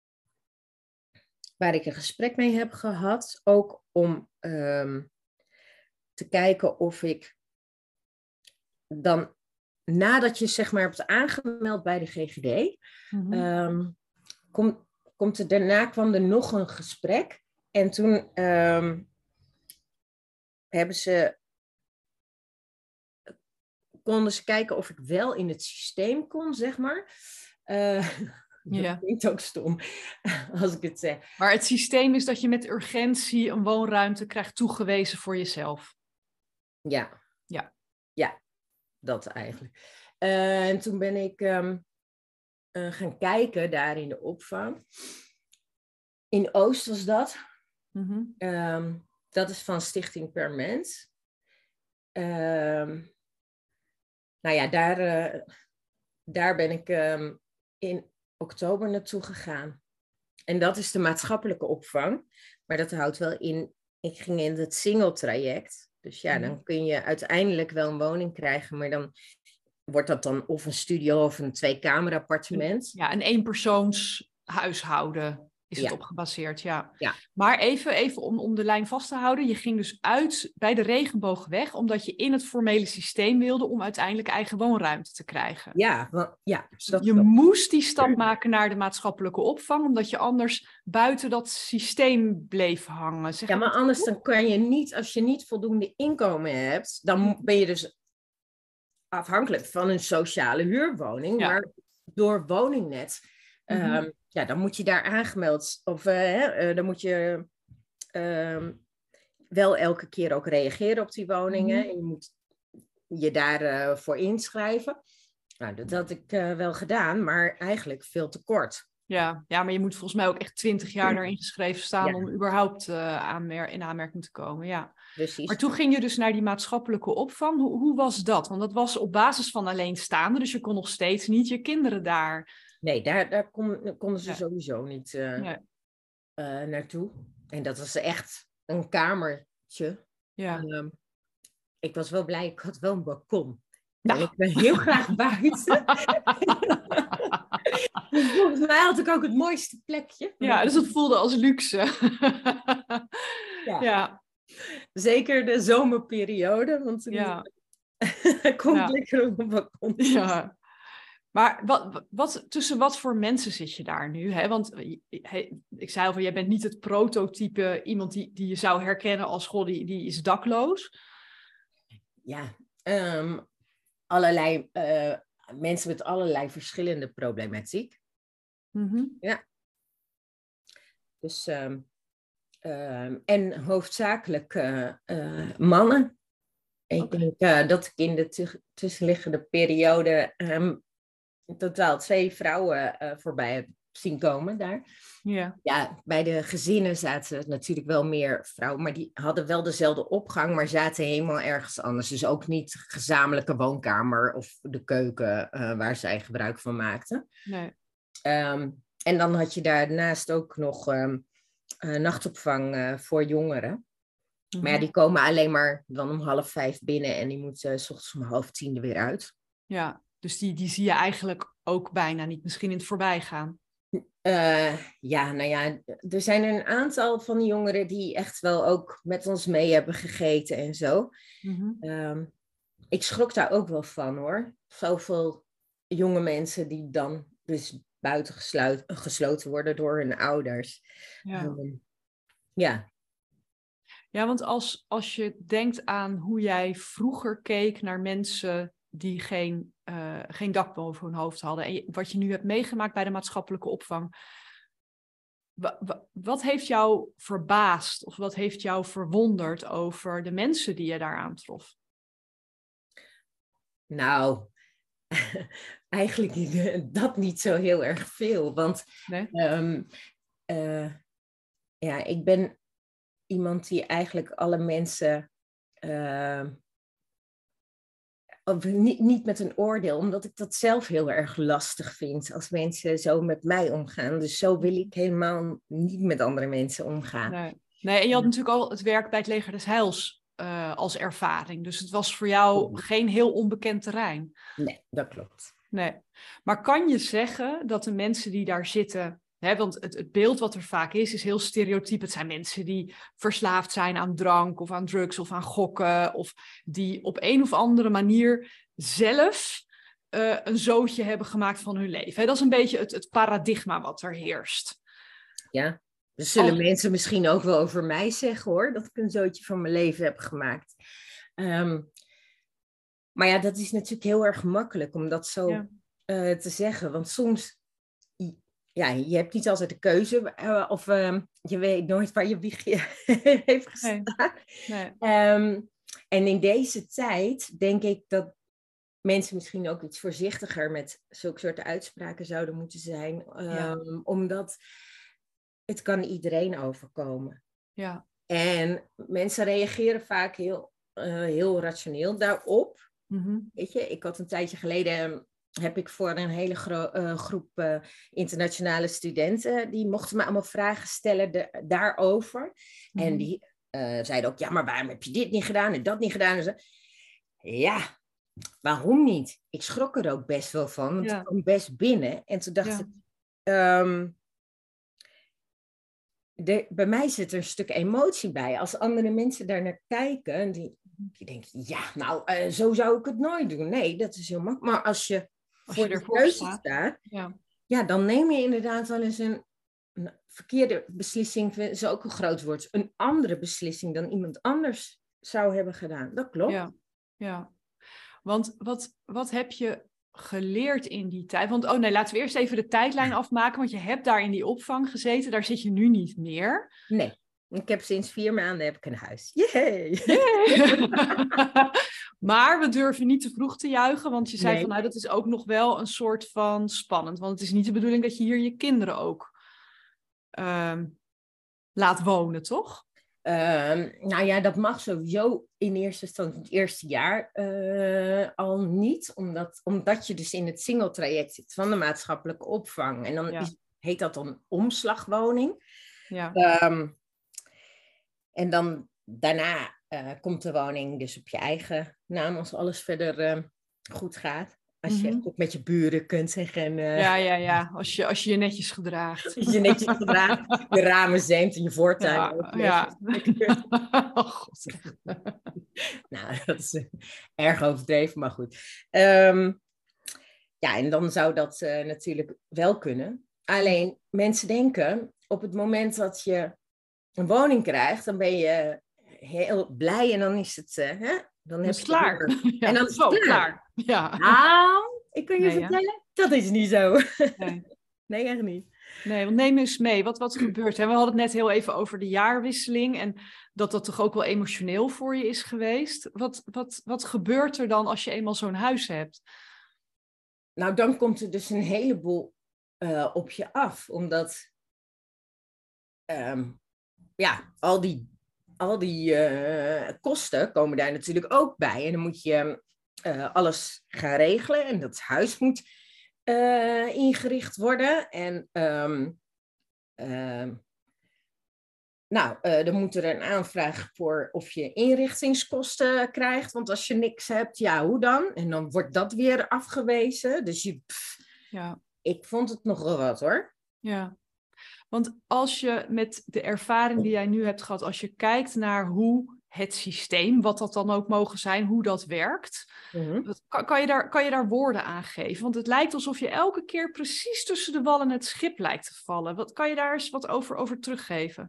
waar ik een gesprek mee heb gehad. Ook om um, te kijken of ik dan, nadat je zeg maar hebt aangemeld bij de G G D, mm-hmm. um, kom, komt er, daarna kwam er nog een gesprek. En toen um, hebben ze, konden ze kijken of ik wel in het systeem kon, zeg maar. Uh, Ja. Dat klinkt ook stom, als ik het zeg. Maar het systeem is dat je met urgentie een woonruimte krijgt toegewezen voor jezelf. Ja. Ja. Ja, dat eigenlijk. Uh, en toen ben ik um, uh, gaan kijken daar in de opvang. In Oost was dat. Mm-hmm. Um, dat is van Stichting Per Mens. Um, nou ja, daar, uh, daar ben ik um, in oktober naartoe gegaan. En dat is de maatschappelijke opvang. Maar dat houdt wel in... Ik ging in het single traject. Dus ja, dan kun je uiteindelijk wel een woning krijgen. Maar dan wordt dat dan of een studio of een tweekamer appartement. Ja, een eenpersoons huishouden is ja. het op gebaseerd, ja. ja. Maar even, even om, om de lijn vast te houden. Je ging dus uit bij de Regenboog weg, omdat je in het formele systeem wilde om uiteindelijk eigen woonruimte te krijgen. Ja, wel, ja. Dat je klopt. Moest die stap maken naar de maatschappelijke opvang, omdat je anders buiten dat systeem bleef hangen. Zeg ja, maar anders goed? Dan kan je niet, als je niet voldoende inkomen hebt, dan ben je dus afhankelijk van een sociale huurwoning. Ja. Maar door woningnet... Mm-hmm. Um, ja, dan moet je daar aangemeld. Of uh, uh, dan moet je uh, wel elke keer ook reageren op die woningen. Mm-hmm. En je moet je daarvoor uh, voor inschrijven. Nou, dat had ik uh, wel gedaan, maar eigenlijk veel te kort. Ja, ja, maar je moet volgens mij ook echt twintig jaar daarin geschreven staan Ja. om überhaupt uh, aanmer- in aanmerking te komen. Ja. Precies. Maar toen ging je dus naar die maatschappelijke opvang. Hoe, hoe was dat? Want dat was op basis van alleenstaande, dus je kon nog steeds niet je kinderen daar... Nee, daar, daar kon, konden ze nee. sowieso niet uh, nee. uh, naartoe. En dat was echt een kamertje. Ja. Um, ik was wel blij, ik had wel een balkon. Nou. En ik ben heel graag buiten. Volgens mij had ik ook het mooiste plekje. Ja, dus het voelde als luxe. ja. ja. Zeker de zomerperiode, want ja. komt ja. lekker op een balkon. Ja. Maar wat, wat, tussen wat voor mensen zit je daar nu? Hè? Want hey, ik zei al van, jij bent niet het prototype iemand die, die je zou herkennen als, goh, die, die is dakloos. Ja, um, allerlei uh, mensen met allerlei verschillende problematiek. Mm-hmm. Ja. Dus, um, um, en hoofdzakelijk uh, uh, mannen. Ik okay. denk uh, dat ik in de t- tussenliggende periode um, in totaal twee vrouwen uh, voorbij heb zien komen daar. Yeah. Ja, bij de gezinnen zaten natuurlijk wel meer vrouwen, maar die hadden wel dezelfde opgang, maar zaten helemaal ergens anders. Dus ook niet gezamenlijke woonkamer of de keuken uh, waar zij gebruik van maakten. Nee. Um, en dan had je daarnaast ook nog um, uh, nachtopvang uh, voor jongeren. Mm-hmm. Maar ja, die komen alleen maar dan om half vijf binnen en die moeten uh, 's ochtends om half tien er weer uit. Ja, dus die, die zie je eigenlijk ook bijna niet, misschien in het voorbijgaan. Uh, ja, nou ja, er zijn een aantal van die jongeren die echt wel ook met ons mee hebben gegeten en zo. Mm-hmm. Um, ik schrok daar ook wel van hoor. Zoveel jonge mensen die dan dus buiten gesluit, gesloten worden door hun ouders. Ja, um, ja. ja want als, als je denkt aan hoe jij vroeger keek naar mensen die geen, uh, geen dak boven hun hoofd hadden. En je, wat je nu hebt meegemaakt bij de maatschappelijke opvang. Wa, wa, wat heeft jou verbaasd of wat heeft jou verwonderd over de mensen die je daar aantrof? Nou, eigenlijk dat niet zo heel erg veel. Want nee? um, uh, ja, ik ben iemand die eigenlijk alle mensen... Uh, Of niet, niet met een oordeel, omdat ik dat zelf heel erg lastig vind als mensen zo met mij omgaan. Dus zo wil ik helemaal niet met andere mensen omgaan. Nee, nee en je had natuurlijk al het werk bij het Leger des Heils uh, als ervaring. Dus het was voor jou oh. geen heel onbekend terrein. Nee, dat klopt. Nee, maar kan je zeggen dat de mensen die daar zitten... He, want het, het beeld wat er vaak is, is heel stereotyp. Het zijn mensen die verslaafd zijn aan drank of aan drugs of aan gokken. Of die op een of andere manier zelf uh, een zootje hebben gemaakt van hun leven. He, dat is een beetje het, het paradigma wat er heerst. Ja, dus zullen Al... mensen misschien ook wel over mij zeggen hoor. Dat ik een zootje van mijn leven heb gemaakt. Um, maar ja, dat is natuurlijk heel erg makkelijk om dat zo ja. uh, te zeggen. Want soms... Ja, je hebt niet altijd de keuze uh, of uh, je weet nooit waar je wiegje heeft gestaan. Nee. Nee. Um, en in deze tijd denk ik dat mensen misschien ook iets voorzichtiger met zulke soorten uitspraken zouden moeten zijn. Um, ja. Omdat het kan iedereen overkomen. Ja. En mensen reageren vaak heel, uh, heel rationeel daarop. Mm-hmm. Weet je, ik had een tijdje geleden... heb ik voor een hele gro- uh, groep uh, internationale studenten, die mochten me allemaal vragen stellen de, daarover. Mm-hmm. En die uh, zeiden ook, ja, maar waarom heb je dit niet gedaan en dat niet gedaan? En zo. Ja, waarom niet? Ik schrok er ook best wel van, want ja. ik kwam best binnen. En toen dacht ja. ik, um, de, bij mij zit er een stuk emotie bij. Als andere mensen daar naar kijken, die, die denken, ja, nou, uh, zo zou ik het nooit doen. Nee, dat is heel makkelijk. Maar als je... Als voor je de keuze staat, staat ja. ja, dan neem je inderdaad wel eens een, een verkeerde beslissing, is ook een groot woord, een andere beslissing dan iemand anders zou hebben gedaan. Dat klopt. Ja, ja. Want wat, wat heb je geleerd in die tijd? Want, oh nee, laten we eerst even de tijdlijn afmaken, want je hebt daar in die opvang gezeten, daar zit je nu niet meer. Nee. Ik heb sinds vier maanden heb ik een huis. Yay! Yay! Maar we durven niet te vroeg te juichen, want je zei Nee. van nou, dat is ook nog wel een soort van spannend. Want het is niet de bedoeling dat je hier je kinderen ook uh, laat wonen, toch? Um, nou ja, dat mag sowieso in eerste instantie het eerste jaar uh, al niet. Omdat, omdat je dus in het single-traject zit van de maatschappelijke opvang. En dan Ja. is, heet dat dan omslagwoning. Ja. Um, en dan daarna uh, komt de woning dus op je eigen naam als alles verder uh, goed gaat. Als je Mm-hmm. ook met je buren kunt zeggen. En, uh, ja, ja, ja. Als je, als je je netjes gedraagt. Als je netjes gedraagt, je ramen zeemt en je voortuin ja, ook. Ja. oh god. Nou, dat is uh, erg overdreven, maar goed. Um, ja, en dan zou dat uh, natuurlijk wel kunnen. Alleen, mensen denken, op het moment dat je een woning krijgt, dan ben je heel blij en dan is het... Uh, hè? Dan heb is je klaar. Ja, en dan is zo, het klaar. klaar. Ja. Nou, ik kan je nee, vertellen, ja. dat is niet zo. Nee. Nee, echt niet. Nee, want neem eens mee. Wat, wat gebeurt er? We hadden het net heel even over de jaarwisseling en dat dat toch ook wel emotioneel voor je is geweest. Wat, wat, wat gebeurt er dan als je eenmaal zo'n huis hebt? Nou, dan komt er dus een heleboel uh, op je af. Omdat, um, ja, al die, al die uh, kosten komen daar natuurlijk ook bij. En dan moet je uh, alles gaan regelen en dat huis moet uh, ingericht worden. En um, uh, nou, uh, dan moet er een aanvraag voor of je inrichtingskosten krijgt. Want als je niks hebt, ja, hoe dan? En dan wordt dat weer afgewezen. Dus je, pff, ja. ik vond het nogal wat, hoor. Ja, want als je met de ervaring die jij nu hebt gehad, als je kijkt naar hoe het systeem, wat dat dan ook mogen zijn, hoe dat werkt, Mm-hmm. wat, kan, kan, je daar, kan je daar woorden aan geven? Want het lijkt alsof je elke keer precies tussen de wal en het schip lijkt te vallen. Wat, kan je daar eens wat over, over teruggeven?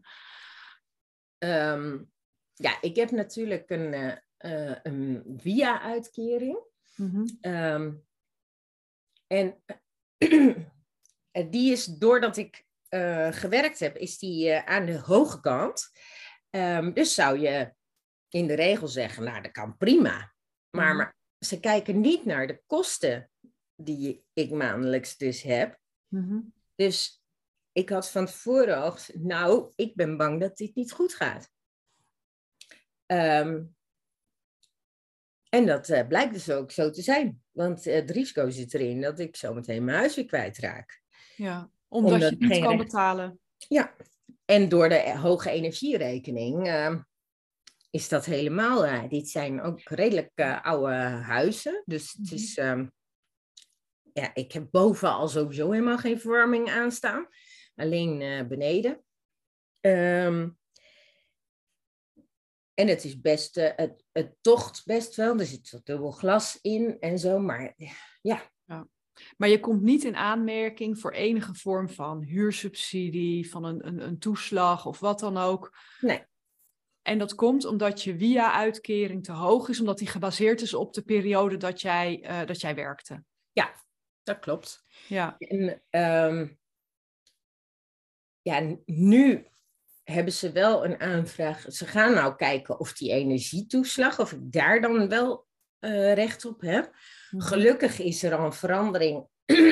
Um, ja, ik heb natuurlijk een, uh, uh, een via-uitkering. Mm-hmm. Um, en uh, die is, doordat ik uh, gewerkt heb, is die uh, aan de hoge kant. Um, dus zou je in de regel zeggen, nou, dat kan prima. Maar, Mm-hmm. maar ze kijken niet naar de kosten die ik maandelijks dus heb. Mm-hmm. Dus ik had van tevoren al gezegd, nou, ik ben bang dat dit niet goed gaat. Um, en dat uh, blijkt dus ook zo te zijn. Want uh, het risico zit erin dat ik zometeen mijn huis weer kwijtraak. Ja, omdat, omdat je het niet kan recht... betalen. Ja, en door de hoge energierekening uh, is dat helemaal... Uh, dit zijn ook redelijk uh, oude huizen. Dus het is... Um, ja, ik heb boven al sowieso helemaal geen verwarming aanstaan. Alleen uh, beneden. Um, en het is best, uh, het, het tocht best wel. Er zit wat dubbel glas in en zo, maar ja. ja. Maar je komt niet in aanmerking voor enige vorm van huursubsidie, van een, een, een toeslag of wat dan ook. Nee. En dat komt omdat je via-uitkering te hoog is, omdat die gebaseerd is op de periode dat jij, uh, dat jij werkte. Ja, dat klopt. Ja. En um, ja, nu hebben ze wel een aanvraag. Ze gaan nou kijken of die energietoeslag, of ik daar dan wel uh, recht op heb. Mm-hmm. Gelukkig is er al een verandering.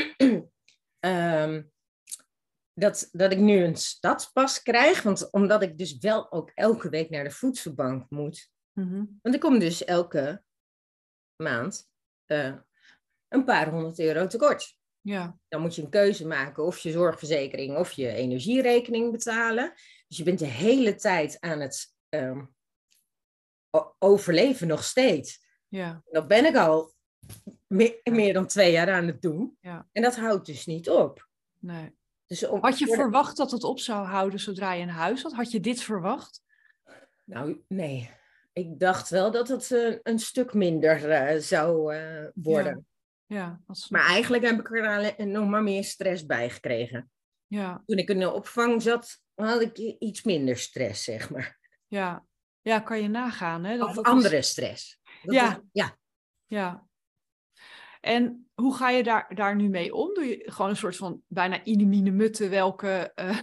um, dat, dat ik nu een stadspas krijg. Want omdat ik dus wel ook elke week naar de voedselbank moet. Mm-hmm. Want ik kom dus elke maand uh, een paar honderd euro tekort. Ja. Dan moet je een keuze maken of je zorgverzekering of je energierekening betalen. Dus je bent de hele tijd aan het um, overleven nog steeds. Ja. Dat ben ik al meer, meer dan twee jaar aan het doen. Ja. En dat houdt dus niet op. Nee. Dus om, had je verwacht dat het op zou houden zodra je een huis had? Had je dit verwacht? Nou, nee. Ik dacht wel dat het uh, een stuk minder uh, zou uh, worden. Ja. Ja, dat maar eigenlijk heb ik er nog maar meer stress bij gekregen. Ja. Toen ik in de opvang zat, had ik iets minder stress, zeg maar. Ja, ja, kan je nagaan. Hè? Dat, of dat andere is... stress. Dat ja. Is, ja. Ja. En hoe ga je daar, daar nu mee om? Doe je gewoon een soort van bijna inimine mutte welke, uh,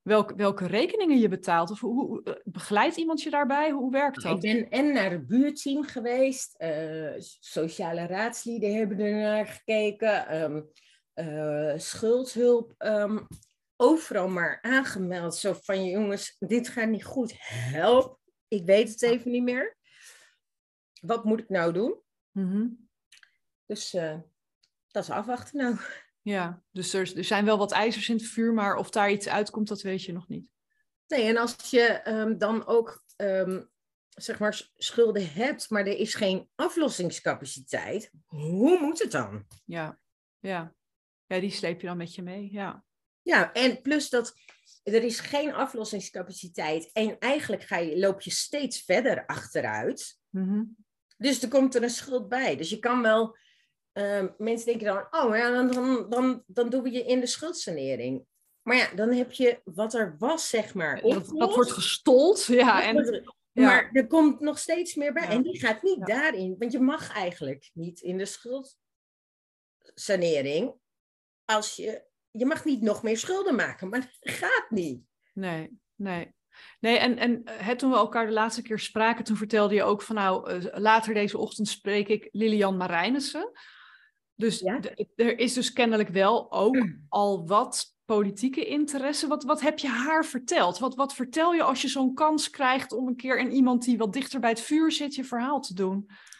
welke, welke rekeningen je betaalt? Of hoe, hoe begeleidt iemand je daarbij? Hoe werkt dat? Ik ben en naar het buurteam geweest. Uh, sociale raadslieden hebben er naar gekeken. Um, uh, schuldhulp. Um, overal maar aangemeld. Zo van, jongens, dit gaat niet goed. Help. Ik weet het even niet meer. Wat moet ik nou doen? Mm-hmm. Dus uh, dat is afwachten nou. Ja, dus er, er zijn wel wat ijzers in het vuur, maar of daar iets uitkomt, dat weet je nog niet. Nee, en als je um, dan ook um, zeg maar schulden hebt, maar er is geen aflossingscapaciteit, hoe moet het dan? Ja, ja. Ja, die sleep je dan met je mee, ja. Ja, en plus dat er is geen aflossingscapaciteit en eigenlijk ga je, loop je steeds verder achteruit. Mm-hmm. Dus er komt er een schuld bij. Dus je kan wel, uh, mensen denken dan, oh ja, dan, dan, dan, dan doen we je in de schuldsanering. Maar ja, dan heb je wat er was, zeg maar. Dat, dat wordt gestold, ja. En, maar ja. er komt nog steeds meer bij. Ja. En die gaat niet ja. daarin. Want je mag eigenlijk niet in de schuldsanering. Als je, je mag niet nog meer schulden maken. Maar dat gaat niet. Nee, nee. Nee, en, en hè, toen we elkaar de laatste keer spraken, toen vertelde je ook van nou, uh, later deze ochtend spreek ik Lilian Marijnissen. Dus ja? d- er is dus kennelijk wel ook al wat politieke interesse. Wat, wat heb je haar verteld? Wat, wat vertel je als je zo'n kans krijgt om een keer aan iemand die wat dichter bij het vuur zit, je verhaal te doen?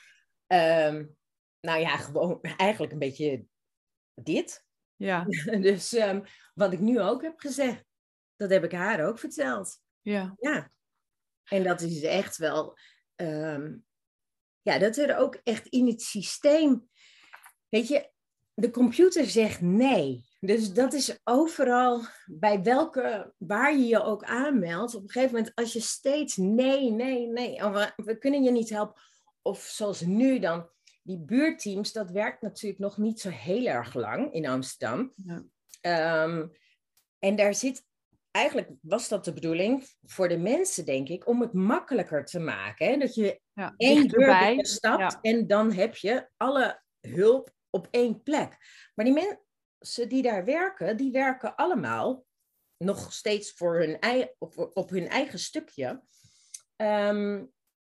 Um, nou ja, gewoon eigenlijk een beetje dit. Ja. Dus um, wat ik nu ook heb gezegd, dat heb ik haar ook verteld. Ja. Ja. En dat is echt wel, um, ja, dat er ook echt in het systeem, weet je, de computer zegt nee. Dus dat is overal, bij welke, waar je je ook aanmeldt. Op een gegeven moment, als je steeds nee, nee, nee, oh, we, we kunnen je niet helpen. Of zoals nu dan, die buurteams, dat werkt natuurlijk nog niet zo heel erg lang in Amsterdam. Ja. Um, en daar zit, eigenlijk was dat de bedoeling voor de mensen, denk ik, om het makkelijker te maken. Hè? Dat je ja, één deur stapt ja. en dan heb je alle hulp op één plek. Maar die mensen die daar werken, die werken allemaal nog steeds voor hun ei, op, op hun eigen stukje. Um,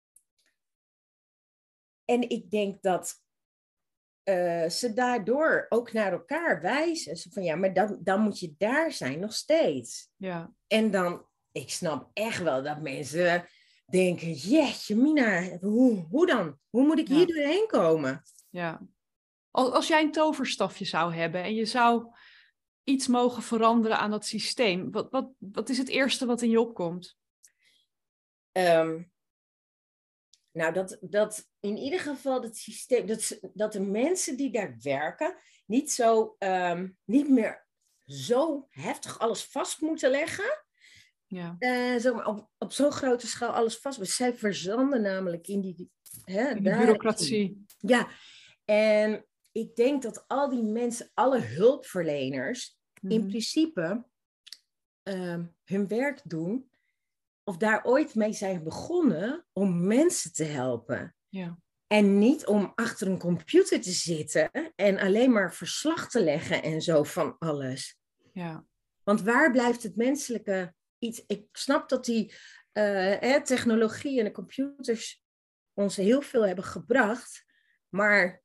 en ik denk dat uh, ze daardoor ook naar elkaar wijzen. Zo van ja, maar dan, dan moet je daar zijn nog steeds. Ja. En dan, ik snap echt wel dat mensen denken, jeetje Mina, hoe, hoe dan? Hoe moet ik hier ja. doorheen komen? Ja. Als jij een toverstafje zou hebben en je zou iets mogen veranderen aan dat systeem, wat, wat, wat is het eerste wat in je opkomt? Um, nou, dat, dat in ieder geval het systeem, dat, dat de mensen die daar werken niet, zo, um, niet meer zo heftig alles vast moeten leggen. Ja. Uh, zo, op, op zo'n grote schaal alles vast. Zij verzanden namelijk in die, hè, in die bureaucratie. Ja, en ik denk dat al die mensen, alle hulpverleners, mm-hmm. in principe um, hun werk doen, of daar ooit mee zijn begonnen om mensen te helpen. Ja. En niet om achter een computer te zitten en alleen maar verslag te leggen en zo van alles. Ja. Want waar blijft het menselijke iets? Ik snap dat die uh, eh, technologie en de computers ons heel veel hebben gebracht, maar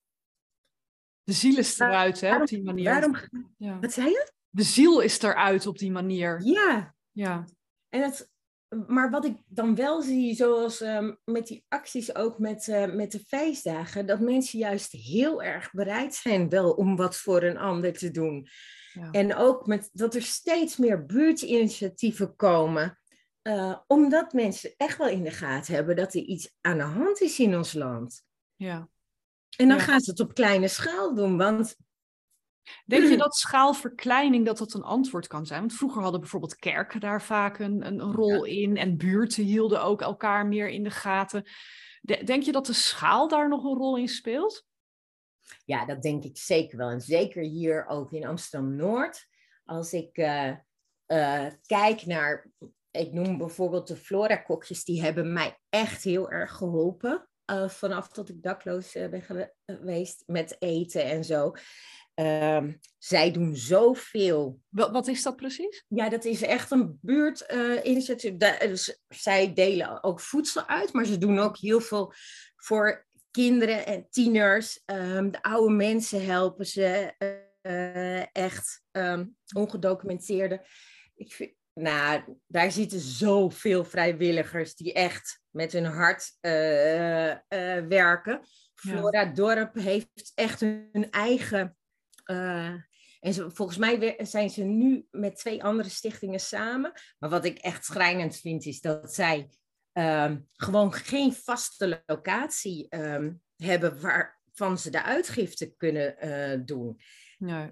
de ziel is eruit, hè, op die manier. Waarom, ja. Wat zei je? De ziel is eruit op die manier. Ja. Ja. En het, maar wat ik dan wel zie, zoals um, met die acties ook met, uh, met de feestdagen, dat mensen juist heel erg bereid zijn wel om wat voor een ander te doen. Ja. En ook met, dat er steeds meer buurtinitiatieven komen, uh, omdat mensen echt wel in de gaten hebben dat er iets aan de hand is in ons land. Ja. En dan ja. gaan ze het op kleine schaal doen, want... Denk je dat schaalverkleining dat dat een antwoord kan zijn? Want vroeger hadden bijvoorbeeld kerken daar vaak een, een, een rol ja. in en buurten hielden ook elkaar meer in de gaten. De, denk je dat de schaal daar nog een rol in speelt? Ja, dat denk ik zeker wel. En zeker hier ook in Amsterdam-Noord. Als ik uh, uh, kijk naar, ik noem bijvoorbeeld de Flora-kokjes, die hebben mij echt heel erg geholpen. Uh, vanaf dat ik dakloos uh, ben geweest met eten en zo. Um, zij doen zoveel. Wat, wat is dat precies? Ja, dat is echt een buurtinitiatief. Uh, dus zij delen ook voedsel uit, maar ze doen ook heel veel voor kinderen en tieners. Um, de oude mensen helpen ze. Uh, echt um, ongedocumenteerde. Ik vind, nou, daar zitten zoveel vrijwilligers die echt met hun hart uh, uh, werken. Flora ja. Dorp heeft echt hun eigen... Uh, en ze, volgens mij zijn ze nu met twee andere stichtingen samen. Maar wat ik echt schrijnend vind, is dat zij um, gewoon geen vaste locatie um, hebben waarvan ze de uitgifte kunnen uh, doen. Nee.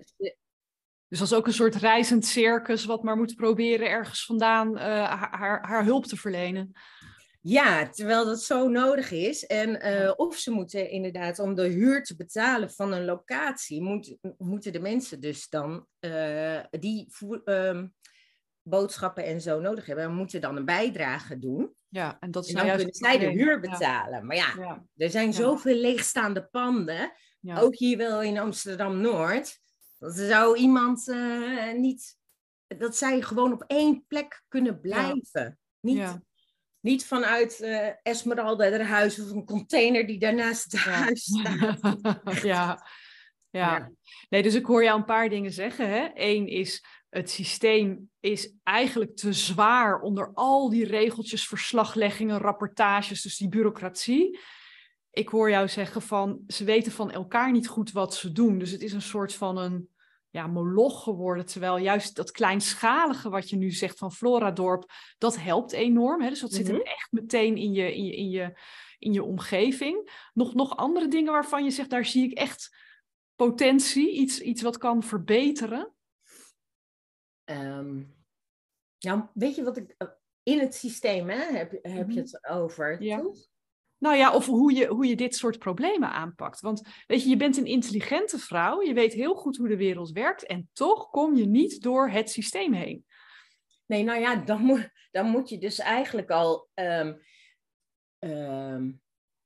Dus dat is ook een soort reizend circus wat maar moet proberen ergens vandaan uh, haar, haar hulp te verlenen. Ja, terwijl dat zo nodig is. En uh, of ze moeten inderdaad, om de huur te betalen van een locatie, moet, moeten de mensen dus dan uh, die voer, uh, boodschappen en zo nodig hebben, moeten dan een bijdrage doen. Ja, en, dat is en nou dan juist kunnen zij de huur betalen. Ja. Maar ja, ja, er zijn zoveel ja. leegstaande panden, ja. ook hier wel in Amsterdam-Noord, dat er zou iemand uh, niet, dat zij gewoon op één plek kunnen blijven. Ja. Niet... Ja. Niet vanuit uh, Esmeralda er huis of een container die daarnaast het ja. huis staat. ja. ja, ja. Nee, dus ik hoor jou een paar dingen zeggen. Hè? Eén is, het systeem is eigenlijk te zwaar onder al die regeltjes, verslagleggingen, rapportages, dus die bureaucratie. Ik hoor jou zeggen van, ze weten van elkaar niet goed wat ze doen. Dus het is een soort van een... ja, moloch geworden, terwijl juist dat kleinschalige wat je nu zegt van Floradorp, dat helpt enorm. Hè? Dus dat mm-hmm. zit er echt meteen in je, in je, in je, in je omgeving. Nog, nog andere dingen waarvan je zegt, daar zie ik echt potentie, iets, iets wat kan verbeteren? Um, nou, weet je wat ik... In het systeem hè, heb, heb mm-hmm. je het over, ja. toch? Nou ja, of hoe je, hoe je dit soort problemen aanpakt. Want weet je, je bent een intelligente vrouw. Je weet heel goed hoe de wereld werkt. En toch kom je niet door het systeem heen. Nee, nou ja, dan moet, dan moet je dus eigenlijk al... Um, um,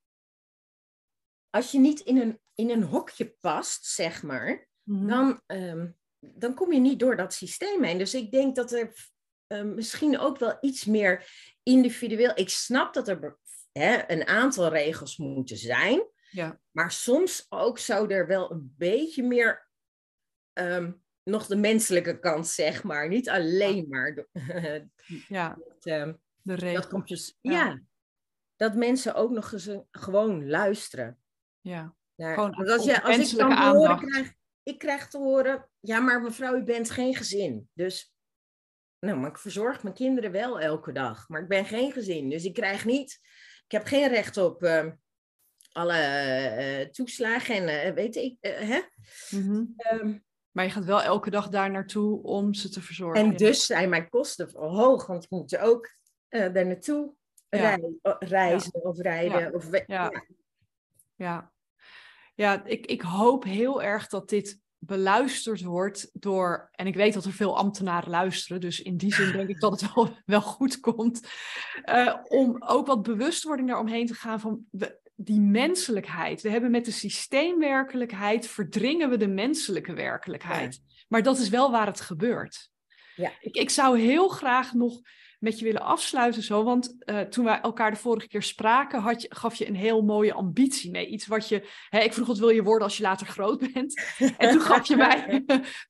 als je niet in een, in een hokje past, zeg maar... Mm-hmm. dan, um, dan kom je niet door dat systeem heen. Dus ik denk dat er um, misschien ook wel iets meer individueel... Ik snap dat er... Hè, een aantal regels moeten zijn. Ja. Maar soms ook zou er wel een beetje meer um, nog de menselijke kant, zeg maar. Niet alleen ja. maar. ja, dat, um, de regels. Dat komt dus, ja. ja, dat mensen ook nog eens uh, gewoon luisteren. Ja, naar, gewoon want als, je, als ik dan te horen krijg, ik krijg te horen, ja, maar mevrouw, u bent geen gezin. Dus, nou, maar ik verzorg mijn kinderen wel elke dag. Maar ik ben geen gezin, dus ik krijg niet... Ik heb geen recht op uh, alle uh, toeslagen en uh, weet ik, uh, hè? Mm-hmm. Um, maar je gaat wel elke dag daar naartoe om ze te verzorgen. En ja. dus zijn mijn kosten hoog, want ik moet ook uh, daar naartoe ja. rij, reizen ja. of rijden. Ja. Of we- ja. Ja. ja. Ja, ik, ik hoop heel erg dat dit beluisterd wordt door... En ik weet dat er veel ambtenaren luisteren, dus in die zin denk ik dat het wel, wel goed komt. Uh, om ook wat bewustwording daaromheen te gaan van we, die menselijkheid. We hebben met de systeemwerkelijkheid verdringen we de menselijke werkelijkheid. Ja. Maar dat is wel waar het gebeurt. Ja. Ik, ik zou heel graag nog met je willen afsluiten zo, want uh, toen wij elkaar de vorige keer spraken, had je, gaf je een heel mooie ambitie mee. Iets wat je, hè, ik vroeg wat wil je worden als je later groot bent? En toen gaf je mij,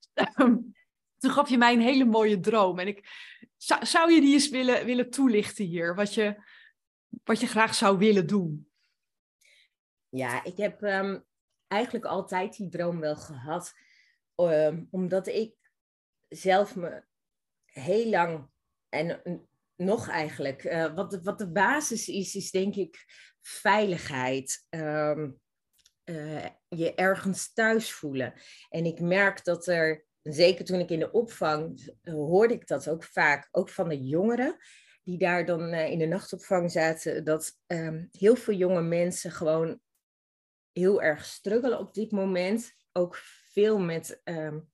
toen gaf je mij een hele mooie droom. En ik, zou, zou je die eens willen, willen toelichten hier, wat je, wat je graag zou willen doen? Ja, ik heb um, eigenlijk altijd die droom wel gehad, um, omdat ik zelf me heel lang... En nog eigenlijk, uh, wat, de, wat de basis is, is denk ik veiligheid. Um, uh, je ergens thuis voelen. En ik merk dat er, zeker toen ik in de opvang, uh, hoorde ik dat ook vaak, ook van de jongeren, die daar dan uh, in de nachtopvang zaten, dat um, heel veel jonge mensen gewoon heel erg struggelen op dit moment. Ook veel met... Um,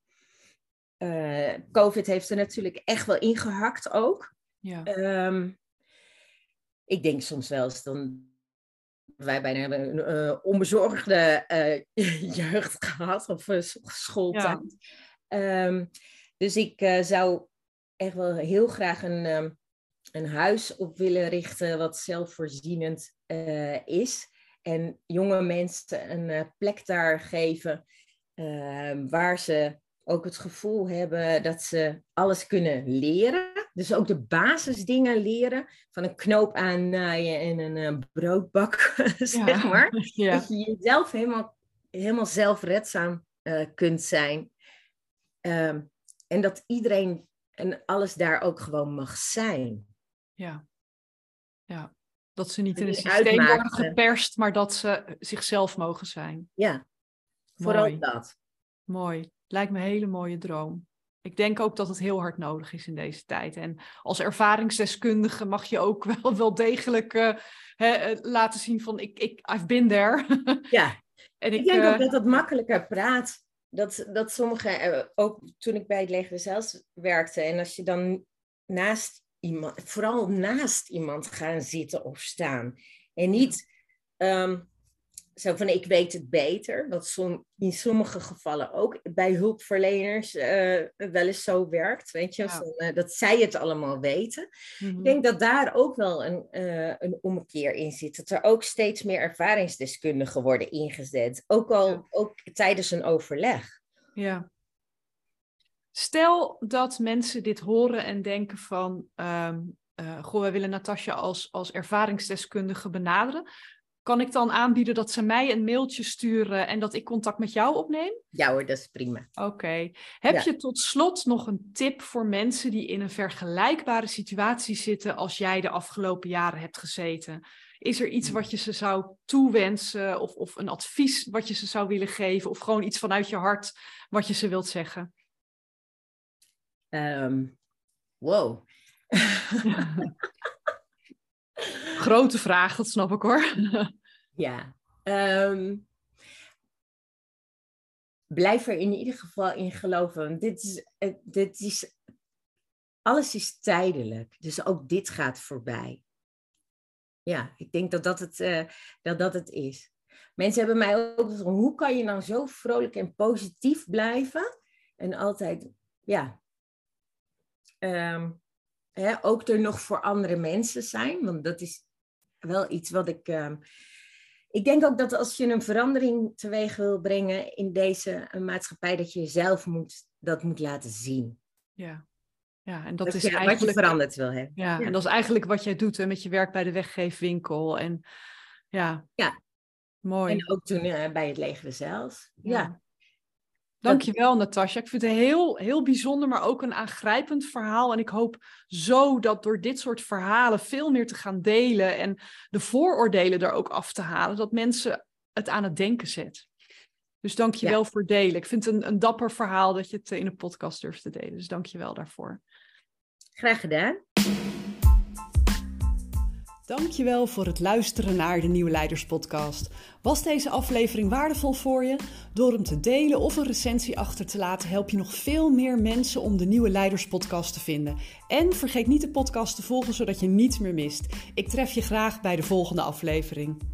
Uh, COVID heeft er natuurlijk echt wel ingehakt ook. Ja. Um, ik denk soms wel eens, dan wij bijna hebben een uh, onbezorgde uh, jeugd gehad of uh, schooltijd. Ja. Um, dus ik uh, zou echt wel heel graag een, um, een huis op willen richten wat zelfvoorzienend uh, is. En jonge mensen een uh, plek daar geven uh, waar ze ook het gevoel hebben dat ze alles kunnen leren. Dus ook de basisdingen leren. Van een knoop aannaaien en een uh, brood bakken, zeg maar. Ja. Dat je jezelf helemaal, helemaal zelfredzaam uh, kunt zijn. Um, en dat iedereen en alles daar ook gewoon mag zijn. Ja, ja. Dat ze niet in een systeem uitmaken. worden geperst, maar dat ze zichzelf mogen zijn. Ja, vooral Mooi. dat. Mooi. Lijkt me een hele mooie droom. Ik denk ook dat het heel hard nodig is in deze tijd. En als ervaringsdeskundige mag je ook wel, wel degelijk uh, he, laten zien van ik, ik, I've been there. Ja, en ik, ik denk uh, ook dat het makkelijker praat. Dat, dat sommigen, uh, ook toen ik bij het leger zelfs werkte, en als je dan naast iemand, vooral naast iemand gaan zitten of staan. En niet um, zo van ik weet het beter, wat som, in sommige gevallen ook bij hulpverleners uh, wel eens zo werkt, weet je, ja. dan, uh, dat zij het allemaal weten. Mm-hmm. Ik denk dat daar ook wel een, uh, een ommekeer in zit, dat er ook steeds meer ervaringsdeskundigen worden ingezet, ook al ja. ook tijdens een overleg. Ja. Stel dat mensen dit horen en denken van, um, uh, goh, wij willen Natasja als, als ervaringsdeskundige benaderen. Kan ik dan aanbieden dat ze mij een mailtje sturen en dat ik contact met jou opneem? Ja hoor, dat is prima. Oké. Okay. Heb ja. je tot slot nog een tip voor mensen die in een vergelijkbare situatie zitten als jij de afgelopen jaren hebt gezeten? Is er iets wat je ze zou toewensen of, of een advies wat je ze zou willen geven of gewoon iets vanuit je hart wat je ze wilt zeggen? Um, wow. Grote vraag, dat snap ik hoor. Ja. Um, blijf er in ieder geval in geloven. Dit is, dit is, alles is tijdelijk. Dus ook dit gaat voorbij. Ja, ik denk dat dat het, uh, dat dat het is. Mensen hebben mij ook gezegd, hoe kan je nou zo vrolijk en positief blijven? En altijd, ja... Um, hè, ook er nog voor andere mensen zijn. Want dat is wel iets wat ik... Um, ik denk ook dat als je een verandering teweeg wil brengen in deze uh, maatschappij, dat je jezelf moet, dat moet laten zien. Ja, ja en dat, dat is je, eigenlijk... Wat je veranderd wil hebben. Ja, ja, en dat is eigenlijk wat jij doet hè, met je werk bij de weggeefwinkel. En ja, ja. Mooi. En ook toen uh, bij het leger zelfs. Ja. ja. Dankjewel, Natasja. Ik vind het heel, heel bijzonder, maar ook een aangrijpend verhaal. En ik hoop zo dat door dit soort verhalen veel meer te gaan delen en de vooroordelen er ook af te halen, dat mensen het aan het denken zet. Dus dankjewel ja. voor delen. Ik vind het een, een dapper verhaal dat je het in een podcast durft te delen. Dus dankjewel daarvoor. Graag gedaan. Dankjewel voor het luisteren naar de Nieuwe Leiders podcast. Was deze aflevering waardevol voor je? Door hem te delen of een recensie achter te laten help je nog veel meer mensen om de Nieuwe Leiders podcast te vinden. En vergeet niet de podcast te volgen zodat je niets meer mist. Ik tref je graag bij de volgende aflevering.